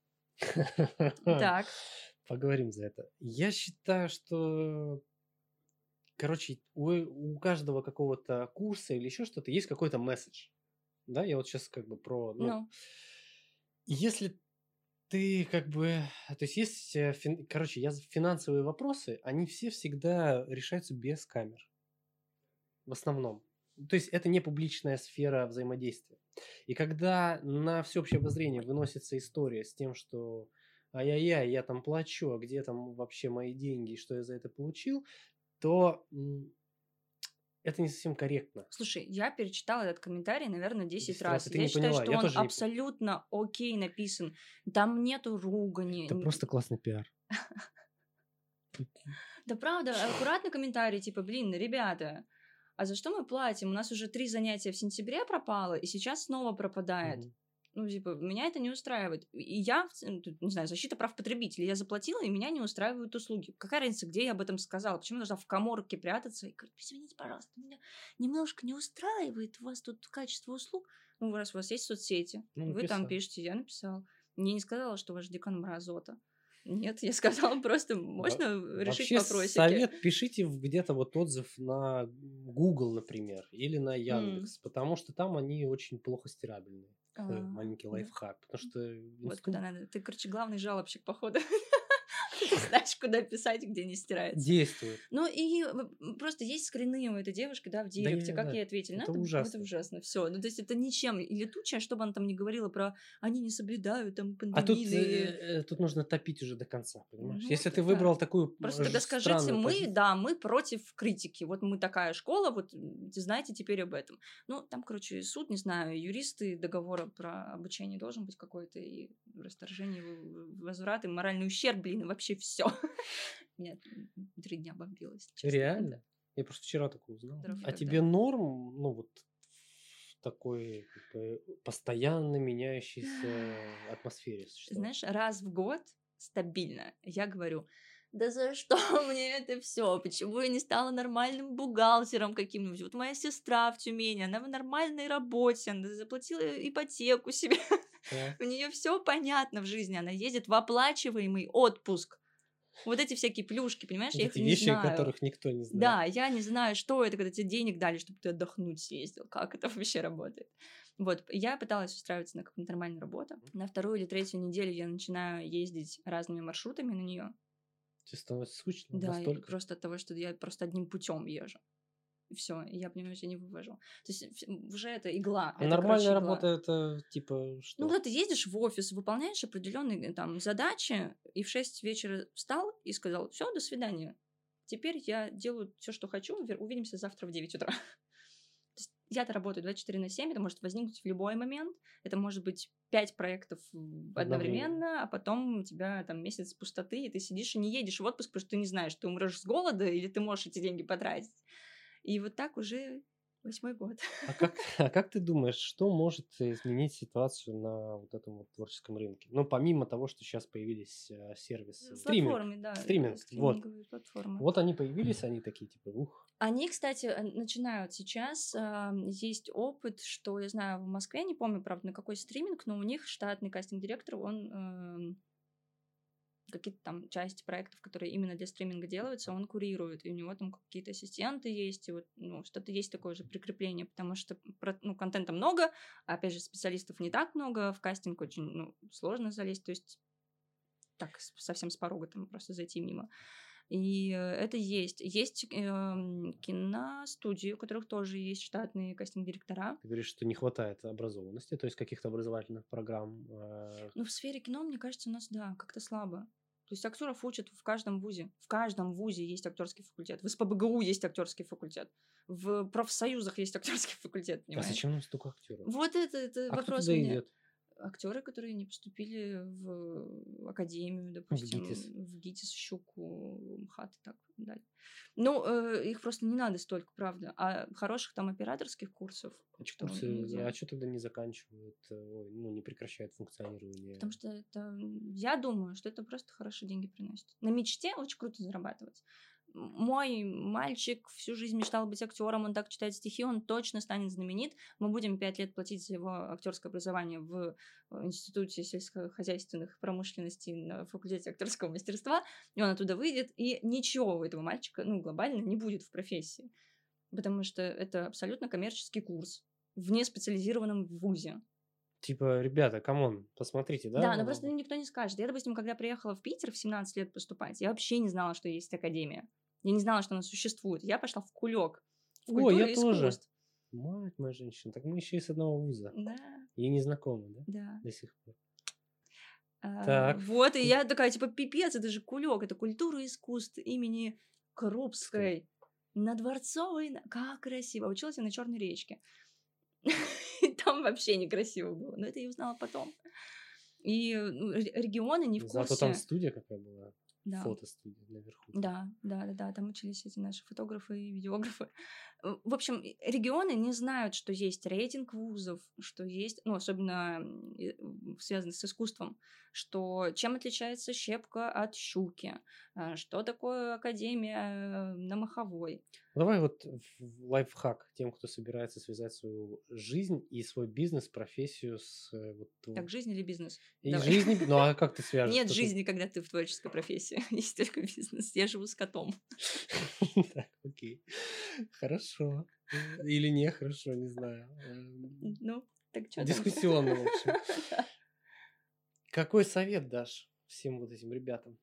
Так. Поговорим за это. Я считаю, что, короче, у, у каждого какого-то курса или еще что-то есть какой-то месседж. Да, я вот сейчас как бы про... Ну, Ну, и если ты как бы... То есть есть... э, фин- Короче, я за финансовые вопросы, они все всегда решаются без камер. В основном. То есть это не публичная сфера взаимодействия. И когда на всеобщее обозрение выносится история с тем, что ай-яй-яй, я там плачу, а где там вообще мои деньги, и что я за это получил, то м, это не совсем корректно. слушай, я перечитала этот комментарий, наверное, десять Десять раз, раз. и ты Я не считаю, поняла, что я он тоже не понял. абсолютно окей написан. Там нету ругани. Это н- просто классный пиар. Да правда, аккуратный комментарий, типа, блин, ребята, а за что мы платим? У нас уже три занятия в сентябре пропало, и сейчас снова пропадает. Мгм. Ну, типа, меня это не устраивает. И я, в ц- ну, тут, не знаю, защита прав потребителей. Я заплатила, и меня не устраивают услуги. Какая разница, где я об этом сказала? Почему я должна в каморке прятаться и говорить, извините, пожалуйста, меня немножко не устраивает у вас тут качество услуг? Ну, раз у вас есть соцсети, Ну, вы там написал. пишете, я написала. Я не сказала, что ваш декан мразота. Нет, я сказала просто, можно Во- решить Вообще вопросики. совет пишите в- где-то вот отзыв на Google, например, или на М. Яндекс, потому что там они очень плохо стирабельные. А, Такой маленький да. лайфхак, потому что Вот инстру- куда надо. Ты, короче, главный жалобщик, походу. Ты знаешь, куда писать, где не стирается. действует. Ну и м, просто есть скрины у этой девушки, да, в Да, директе, я- как да. ей ответили. Ну, Это это, ужасно. это ужасно. Все. Ну, то есть это ничем. И летучая, чтобы она там не говорила про они не соблюдают там А тут, пандемийные. э, тут нужно топить уже до конца, понимаешь? Ну, Если это ты да. выбрал такую Просто э, тогда ж- скажите, странную мы, позицию- да, мы против критики. Вот мы такая школа, вот м, знаете теперь об этом. Ну, там, короче, суд, не знаю, юристы договора про обучение должен быть какой-то, и расторжение, в- возврат, и моральный ущерб, блин, и вообще все. Меня три дня бомбилось, честно. Реально? Я просто вчера такое узнал. Здоров, А когда. тебе норм, ну вот в такой как бы, постоянно меняющейся атмосфере существовать? Знаешь, раз в год стабильно я говорю, да за что мне это все? Почему я не стала нормальным бухгалтером каким-нибудь? Вот моя сестра в Тюмени, она в нормальной работе, она заплатила ипотеку себе. Да. У нее все понятно в жизни, она ездит в оплачиваемый отпуск. Вот эти всякие плюшки, понимаешь, Вот я их эти не вещи, о знаю. которых никто не знает. Да, я не знаю, что это, когда тебе денег дали, чтобы ты отдохнуть съездил. Как это вообще работает? Вот, я пыталась устраиваться на какую-то нормальную работу. На вторую или третью неделю я начинаю ездить разными маршрутами на нее. Тебе становится скучно Да, и настолько. просто от того, что я просто одним путем езжу. И все, я понимаю, что я не вывожу. То есть вс- уже это игла. А это, нормальная короче, игла. работа это типа что? Ну, когда ты ездишь в офис, выполняешь определенные там задачи, и в шесть вечера встал и сказал, все, до свидания. Теперь я делаю все, что хочу, вер- увидимся завтра в девять утра. То есть я-то работаю двадцать четыре на семь, это может возникнуть в любой момент, это может быть пять проектов м, одновременно, а потом у тебя там месяц пустоты, и ты сидишь и не едешь в отпуск, потому что ты не знаешь, ты умрешь с голода или ты можешь эти деньги потратить. И вот так уже восьмой год. А как, а как ты думаешь, что может изменить ситуацию на вот этом вот творческом рынке? Ну, помимо того, что сейчас появились э, сервисы, стриминг. Платформы, да. Стриминг, вот. Стриминговые платформы. Вот они появились, они такие типа, ух. Они, кстати, э, начинают сейчас. а, Есть опыт, что, я знаю, в Москве, не помню, правда, на какой стриминг, но у них штатный кастинг-директор, он эм, какие-то там части проектов, которые именно для стриминга делаются, он курирует, и у него там какие-то ассистенты есть, и вот, ну, что-то есть такое же прикрепление, потому что, ну, контента много, а, опять же, специалистов не так много, в кастинг очень, ну, сложно залезть, то есть так совсем с порога там просто зайти мимо. И это есть. Есть э, киностудии, у которых тоже есть штатные кастинг-директора. Ты говоришь, что не хватает образованности, то есть каких-то образовательных программ. Э... Ну, в сфере кино, мне кажется, у нас, да, как-то слабо. То есть актеров учат в каждом вузе. В каждом вузе есть актерский факультет. В СПбГУ есть актерский факультет. В профсоюзах есть актерский факультет, А понимаешь? зачем нам столько актеров? Вот это, это А вопрос кто туда мне. идет? Актеры, которые не поступили в академию, допустим, В ГИТИС. в ГИТИС, Щуку, МХАТ и так далее. Ну, э, их просто не надо столько, правда. А хороших там операторских курсов. А что курсы, нигде. а что тогда не заканчивают, ой, ну, не прекращают функционирование? Потому что это, я думаю, что это просто хорошие деньги приносит. На мечте очень круто зарабатывать. Мой мальчик всю жизнь мечтал быть актером, он так читает стихи, он точно станет знаменит. Мы будем пять лет платить за его актерское образование в Институте сельскохозяйственных промышленностей на факультете актерского мастерства, и он оттуда выйдет, и ничего у этого мальчика, ну, глобально не будет в профессии. Потому что это абсолютно коммерческий курс в неспециализированном вузе. Типа, ребята, камон, посмотрите, да? Да, но просто никто не скажет. Я, допустим, когда приехала в Питер в семнадцать лет поступать, я вообще не знала, что есть академия. Я не знала, что она существует. Я пошла в кулек. В О, я искусств. тоже. Мать моя женщина, так мы еще из одного вуза. Да. И не знакомы, да? Да. До сих пор. А, Так. вот, и я такая, типа, пипец, это же кулек, это культура искусств имени Крупской. На Дворцовой, как красиво. Училась я на Черной речке. Там вообще некрасиво было. Но это я узнала потом. И регионы не в курсе. Зато там студия какая была. Да. Фотостудия наверху. Да, да, да, да. Там учились эти наши фотографы и видеографы. В общем, регионы не знают, что есть рейтинг вузов, что есть, ну, особенно связано с искусством, что чем отличается Щепка от Щуки, что такое Академия на Маховой. Давай вот лайфхак тем, кто собирается связать свою жизнь и свой бизнес, профессию с... Вот, так, жизнь или бизнес? И жизнь, ну а как ты свяжешь? Нет жизни, когда ты в творческой профессии, есть только бизнес. Я живу с котом. Так, окей. Хорошо. Или не хорошо, не знаю. Ну, так что дискуссионно, в общем. Какой совет дашь всем вот этим ребятам?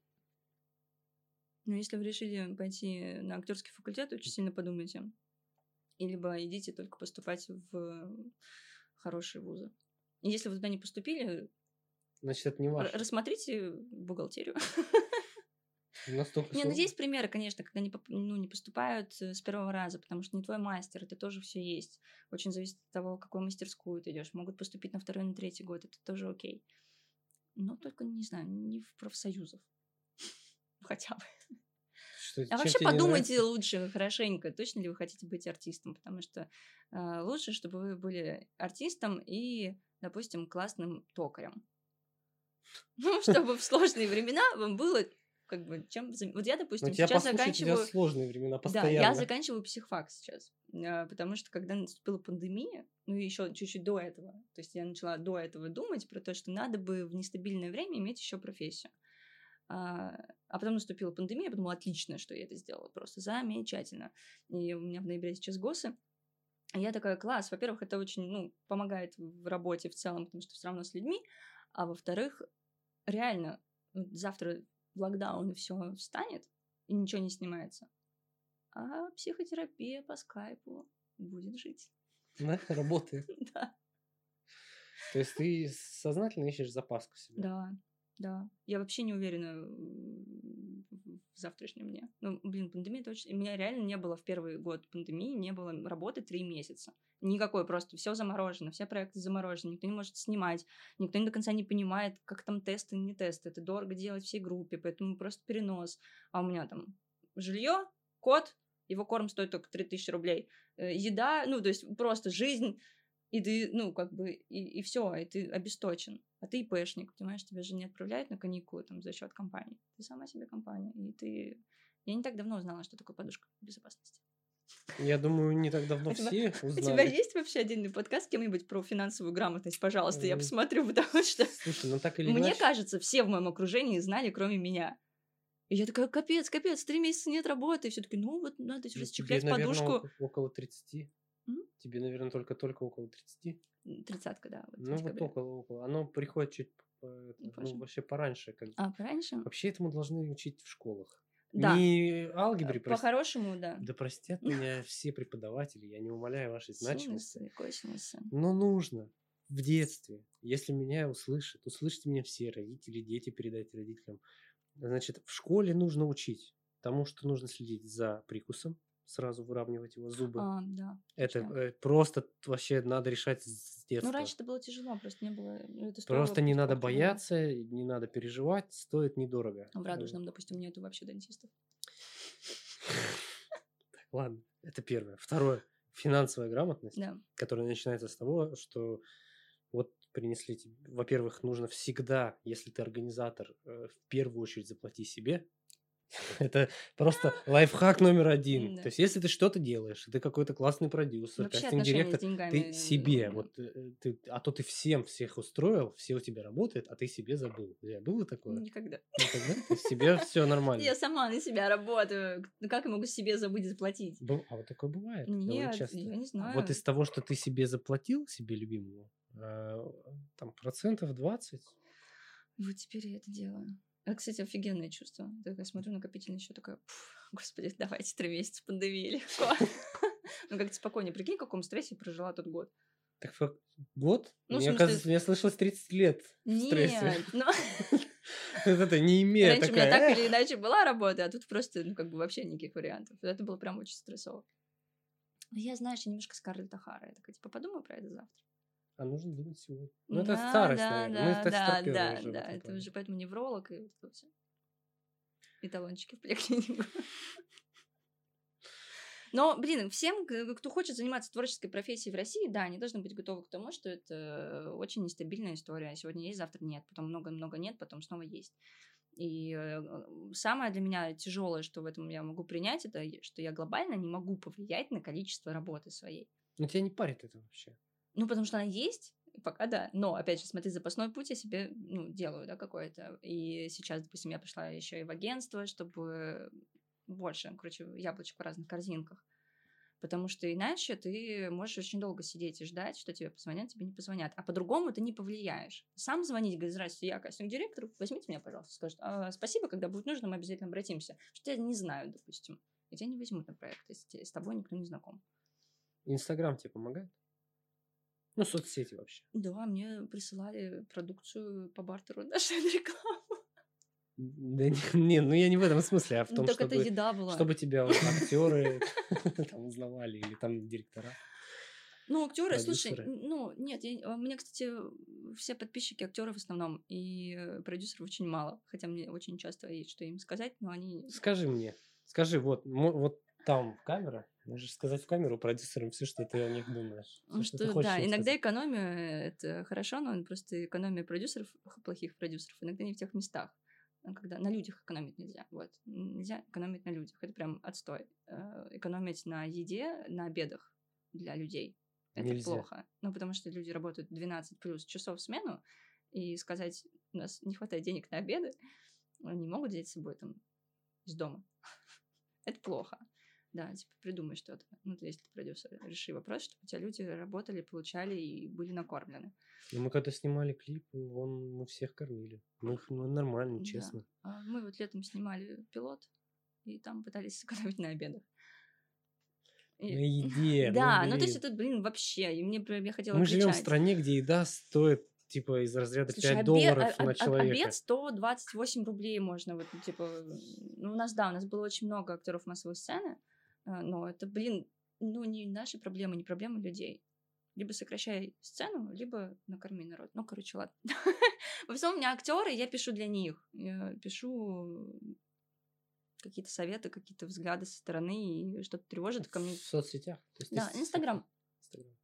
Ну, если вы решили пойти на актерский факультет, очень сильно подумайте. И либо идите только поступать в хорошие вузы. И если вы туда не поступили, значит, это не ваше. Рассмотрите бухгалтерию. Настолько не, ну есть примеры, конечно, когда не, ну, не поступают с первого раза, потому что не твой мастер, это тоже все есть. Очень зависит от того, какую мастерскую ты идешь. Могут поступить на второй, на третий год, это тоже окей. Но только, не знаю, не в профсоюзов. Хотя бы. Что, а вообще подумайте лучше, хорошенько, точно ли вы хотите быть артистом, потому что э, лучше, чтобы вы были артистом и, допустим, классным токарем. Ну, чтобы в сложные времена вам было как бы чем... Вот я, допустим, Но сейчас заканчиваю... Тебя сложные времена постоянно. Да, я заканчиваю психфак сейчас, потому что когда наступила пандемия, ну и еще чуть-чуть до этого, то есть я начала до этого думать про то, что надо бы в нестабильное время иметь еще профессию. А, а потом наступила пандемия, я подумала, отлично, что я это сделала, просто замечательно. И у меня в ноябре сейчас ГОСы. И я такая, класс, во-первых, это очень, ну, помогает в работе в целом, потому что все равно с людьми, а во-вторых, реально, завтра в локдаун и все встанет, и ничего не снимается, а психотерапия по скайпу будет жить. Да, работает. Да. То есть ты сознательно ищешь запаску себе? Да. Да, я вообще не уверена в завтрашнем дне. Ну, блин, пандемия точно... У меня реально не было в первый год пандемии, не было работы три месяца. Никакой, просто все заморожено, все проекты заморожены, никто не может снимать, никто до конца не понимает, как там тесты, не тесты. Это дорого делать всей группе, поэтому просто перенос. А у меня там жилье, кот, его корм стоит только три тысячи рублей. Еда, ну, то есть просто жизнь... И ты, ну, как бы, и, и все, и ты обесточен. А ты ИПшник, понимаешь, тебя же не отправляют на каникулы там за счет компании. Ты сама себе компания. И ты... Я не так давно узнала, что такое подушка безопасности. Я думаю, не так давно У тебя, все у тебя узнали. есть вообще отдельный подкаст с кем-нибудь про финансовую грамотность? Пожалуйста, я Э, посмотрю, потому что Слушай, ну так или мне иначе, кажется, все в моем окружении знали, кроме меня. И я такая, капец, капец, три месяца нет работы. И все таки ну вот надо ну, тебе, расчехлять наверное, подушку. около тридцати. М? Тебе, наверное, только-только около тридцати. Тридцатка, да, вот в Ну, вот декабре. около-около. Оно приходит чуть, по- это, Ну, ну, позже. вообще пораньше. Как... А, пораньше? Вообще этому должны учить в школах. Да. Не алгебре, прости. По-хорошему, да. Да простят меня все преподаватели, я не умаляю вашей значимости. Синусы, косинусы. Но нужно в детстве, если меня услышат, услышите меня все, родители, дети, передайте родителям. Значит, в школе нужно учить тому, что нужно следить за прикусом, сразу выравнивать его зубы. А, да, Это точняк. э, просто вообще надо решать с Ну, детства. раньше это было тяжело, просто не было... ну, это стоило Просто не хоть надо сколько-то денег. бояться, не надо переживать, стоит недорого. В Э, Радужном, допустим, нету вообще дантистов. Так, ладно, это первое. Второе. Финансовая грамотность, Да. которая начинается с того, что вот принесли тебе. Во-первых, нужно всегда, если ты организатор, э, в первую очередь заплати себе. Это просто лайфхак номер один. Да. То есть, если ты что-то делаешь, и ты какой-то классный продюсер, Вообще отношения с кастинг-директор, деньгами... ты себе, м, вот, э, ты, а то ты всем всех устроил, все у тебя работает, а ты себе забыл. У тебя было такое? Никогда. Никогда? То есть себе все нормально. Я сама на себя работаю. Ну, как я могу себе забыть заплатить? Быв- А вот такое бывает довольно Нет, часто. я не А вот знаю. из того, что ты себе заплатил, себе любимому, а, там процентов двадцать. Вот теперь я это делаю. Это, кстати, офигенное чувство. Так я смотрю накопительный счет, такая, «Пф, господи, давайте три месяца пандемии легко. Ну, как-то спокойнее. Прикинь, в каком стрессе прожила тот год. Так в год? Ну, в Мне смысле, оказывается, мне слышалось тридцать лет в стрессе. нет, ну, Вот это не имея раньше у меня так такая. или иначе была работа, а тут просто, ну, как бы вообще никаких вариантов. Это было прям очень стрессово. Но я, знаешь, немножко Скарлетт О'Хара. Я такая, типа, подумаю про это завтра. А нужно думать сегодня. Ну, это Да, старость, да, наверное. да, Мы да, старперы да, уже в да. этом Это плане. уже поэтому невролог и вот это все. И талончики в поликлинику. Но, блин, всем, к- кто хочет заниматься творческой профессией в России, да, они должны быть готовы к тому, что это очень нестабильная история. Сегодня есть, завтра нет, потом много-много нет, потом снова есть. И э, самое для меня тяжелое, что в этом я могу принять, это е- что я глобально не могу повлиять на количество работы своей. Ну, тебя не парит это вообще. Ну, потому что она есть, пока да. Но, опять же, смотри, запасной путь я себе, ну, делаю, да, какой-то. И сейчас, допустим, я пошла еще и в агентство, чтобы больше, короче, яблочек в разных корзинках. Потому что иначе ты можешь очень долго сидеть и ждать, что тебе позвонят, тебе не позвонят. А по-другому ты не повлияешь. Сам звонить, говорить, здравствуйте, я кастинг-директор, возьмите меня, пожалуйста. Скажут, «А, спасибо, когда будет нужно, мы обязательно обратимся. Что я не знаю, допустим. И тебя не возьмут на проект, если с тобой никто не знаком. Инстаграм тебе помогает? Ну, соцсети вообще. Да, мне присылали продукцию по бартеру даже на рекламу. Да не, не, ну я не в этом смысле, а в Ну, том, так это чтобы, еда была. чтобы тебя вот актеры там узнавали или там директора, Ну, актеры, слушай, продюсеры. н- ну, нет, я- а у меня, кстати, все подписчики актеры в основном, и э, продюсеров очень мало, хотя мне очень часто есть что им сказать, но они... Скажи мне, скажи, вот, мо- вот там камера, можешь сказать в камеру продюсерам все, что ты о них думаешь, Ну, все, что ты что, хочешь да, им иногда сказать. экономия — это хорошо, но просто экономия продюсеров, х- плохих продюсеров, иногда не в тех местах. Ну, когда на людях экономить нельзя, вот. Нельзя экономить на людях, это прям отстой. Э, Экономить на еде, на обедах для людей — это Нельзя. плохо. Ну, потому что люди работают двенадцать плюс часов в смену, и сказать, у нас не хватает денег на обеды, они могут взять с собой там из дома. Это плохо. Да, типа придумай что-то. Ну, то есть, если ты продюсер, реши вопрос, чтобы у тебя люди работали, получали и были накормлены. Ну, мы когда снимали клип, вон, мы всех кормили. Мы их ну, нормально, Да. честно. А мы вот летом снимали пилот, и там пытались сэкономить на обедах. И- На еде, ну, Да, ну то есть блин. это, блин, вообще. И мне прям- я хотела Мы живем в кричать. стране, где еда стоит, типа, из разряда Слушай, пять обед, долларов а- на а- человека. обед сто двадцать восемь рублей можно, вот, типа, ну, у нас, да, у нас было очень много актеров массовой сцены, а, но это, блин, ну, не наши проблемы, не проблемы людей. Либо сокращай сцену, либо накорми народ. Ну, короче, ладно. В основном у меня актеры, я пишу для них. Я пишу какие-то советы, какие-то взгляды со стороны, и что-то тревожит ко мне. В соцсетях. То есть ты Да, с- Инстаграм. Инстаграм.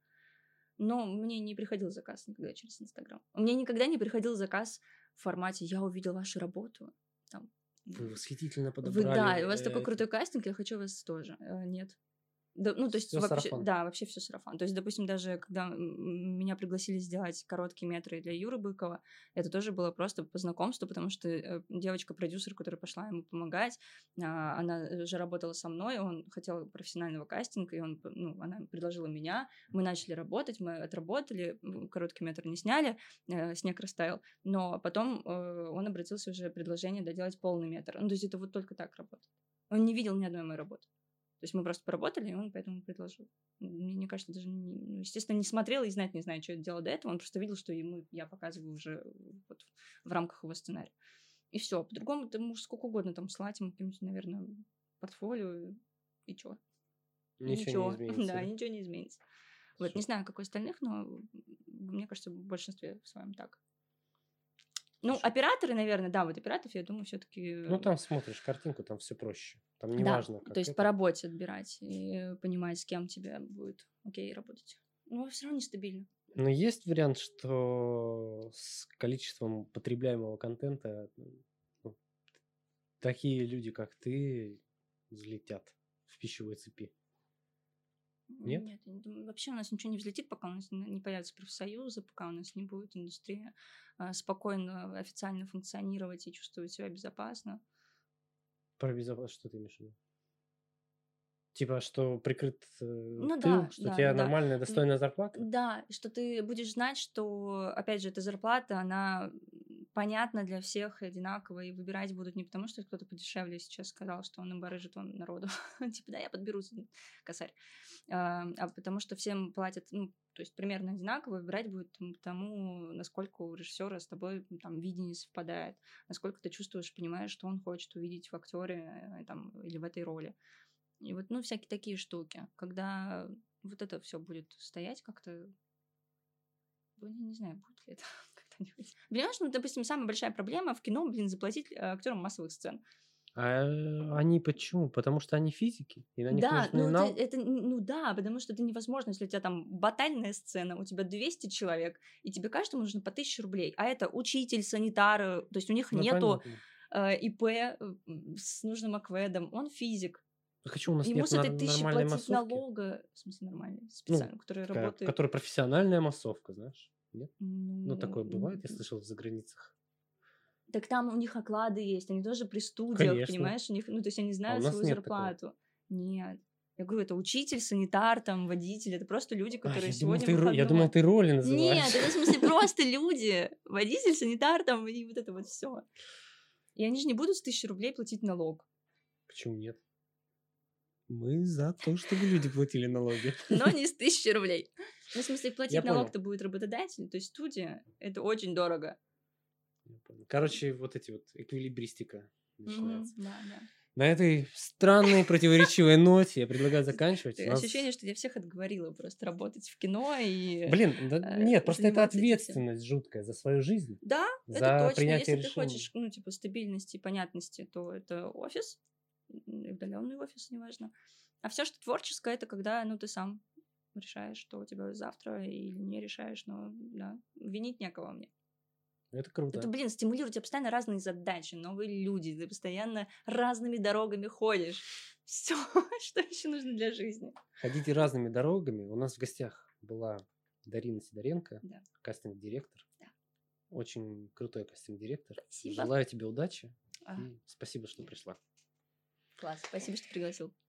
Но мне не приходил заказ никогда через Инстаграм. Мне никогда не приходил заказ в формате «я увидел вашу работу». Там, Вы восхитительно вы, подобрали. да, у вас такой э, крутой кастинг, я хочу вас тоже. Э, Нет. Да, ну, то есть Все вообще, сарафан. да, вообще все сарафан. То есть, допустим, даже когда м, меня пригласили сделать короткие метры для Юры Быкова, это тоже было просто по знакомству, потому что э, девочка-продюсер, которая пошла ему помогать, а, она же работала со мной, он хотел профессионального кастинга, и он, п- ну, она предложила меня, мы начали работать, мы отработали, м, короткий метр не сняли, э, снег растаял, но потом э, он обратился уже предложение доделать полный метр. Ну, то есть это вот только так работает. Он не видел ни одной моей работы. То есть мы просто поработали, и он поэтому предложил. Мне, мне кажется, даже, не, ну, естественно, не смотрел и знать не знает, что это делал до этого. Он просто видел, что ему я показываю уже вот в рамках его сценария. И все. По-другому ты можешь сколько угодно там слать ему каким-нибудь, наверное, портфолио, и чё? И Ничего не ничего. изменится, Да, да? ничего не изменится. Вот, не Слушай, знаю, как у остальных, но мне кажется, в большинстве своем так. Ну, слушай. операторы, наверное, да, вот операторов, я думаю, все-таки, Ну, там смотришь картинку, там все проще. Там не да, важно, то как есть по это. работе отбирать и понимать, с кем тебе будет окей работать. Но все равно нестабильно. Но есть вариант, что с количеством потребляемого контента ну, такие люди, как ты, взлетят в пищевой цепи. Нет? Нет, я не думаю, вообще у нас ничего не взлетит, пока у нас не не появятся профсоюзы, пока у нас не будет индустрия а, спокойно, официально функционировать и чувствовать себя безопасно. Про безопасность что ты имеешь в виду? Типа, что прикрыт э, Ну тыл, да, что у да, да, тебя да. нормальная М, достойная зарплата? Да, и что ты будешь знать, что, опять же, эта зарплата, она м, понятна для всех и одинаковая, и выбирать будут не потому, что кто-то подешевле сейчас сказал, что он им барыжит он народу. Типа, да, я подберу с- косарь. А а потому что всем платят, ну, то есть примерно одинаково, выбирать будет м, тому, насколько у режиссера с тобой м, там видение совпадает, насколько ты чувствуешь, понимаешь, что он хочет увидеть в актере э, там, или в этой роли. И вот, ну, всякие такие штуки. Когда вот это все будет стоять как-то, ну, я не знаю, будет ли это когда-нибудь. Понимаешь, ну, допустим, самая большая проблема в кино, блин, заплатить э, актерам массовых сцен. А э, они почему? Потому что они физики, и на них Да, нужны ну это, нав... это, н- ну да, потому что это невозможно, если у тебя там батальная сцена, у тебя двести человек, и тебе каждому нужно по тысяче рублей, а это учитель, санитары, то есть у них Ну, нету понятно. э, ИП э, м, с нужным акведом, он физик. Так а чё, у нас Ему нет с этой нар- тысячи нормальной платить массовки? налога, в смысле нормальный, Ну, специально, который такая, работает. которая профессиональная массовка, знаешь? Нет? Ну, Ну, такое бывает, я м, слышал, за границах. так там у них оклады есть, они тоже при студиях, Конечно. понимаешь, у них, ну, то есть они А у знают нас свою нет такого. зарплату. Нет. Я говорю, это учитель, санитар, там, водитель, это просто люди, А, которые я думал, сегодня ты, ро- я думал, выходной. ты роли Нет, называешь. это в смысле просто люди. Водитель, санитар, там, и вот это вот все. И они же не будут с тысячи рублей платить налог. Почему нет? Мы за то, чтобы люди платили налоги. Но не с тысячи рублей. Ну, в смысле, Я платить понял. налог-то будет работодатель, то есть студия. Это очень дорого. Я понял. Короче, вот эти вот эквилибристика Мгм, начинается. да, да. На этой странной противоречивой ноте я предлагаю заканчивать. У Ты- нас... Ощущение, что я всех отговорила просто работать в кино и Блин, да э, нет, просто это заниматься этим всем. ответственность жуткая за свою жизнь, Да, это за точно. принятие Если ты решений. хочешь, ну, типа, стабильности и понятности, то это офис, удаленный офис, неважно. А все, что творческое, это когда, ну, ты сам решаешь, что у тебя завтра, или не решаешь, но, да, винить некого мне. Это Это, круто. блин, стимулирует тебя постоянно разные задачи, новые люди, ты постоянно разными дорогами ходишь. Все, что еще нужно для жизни. Ходите разными дорогами. У нас в гостях была Дарина Сидоренко, Да, кастинг-директор. да. Очень крутой кастинг-директор. Спасибо. Желаю тебе удачи А, и спасибо, что пришла. класс, спасибо, что пригласил.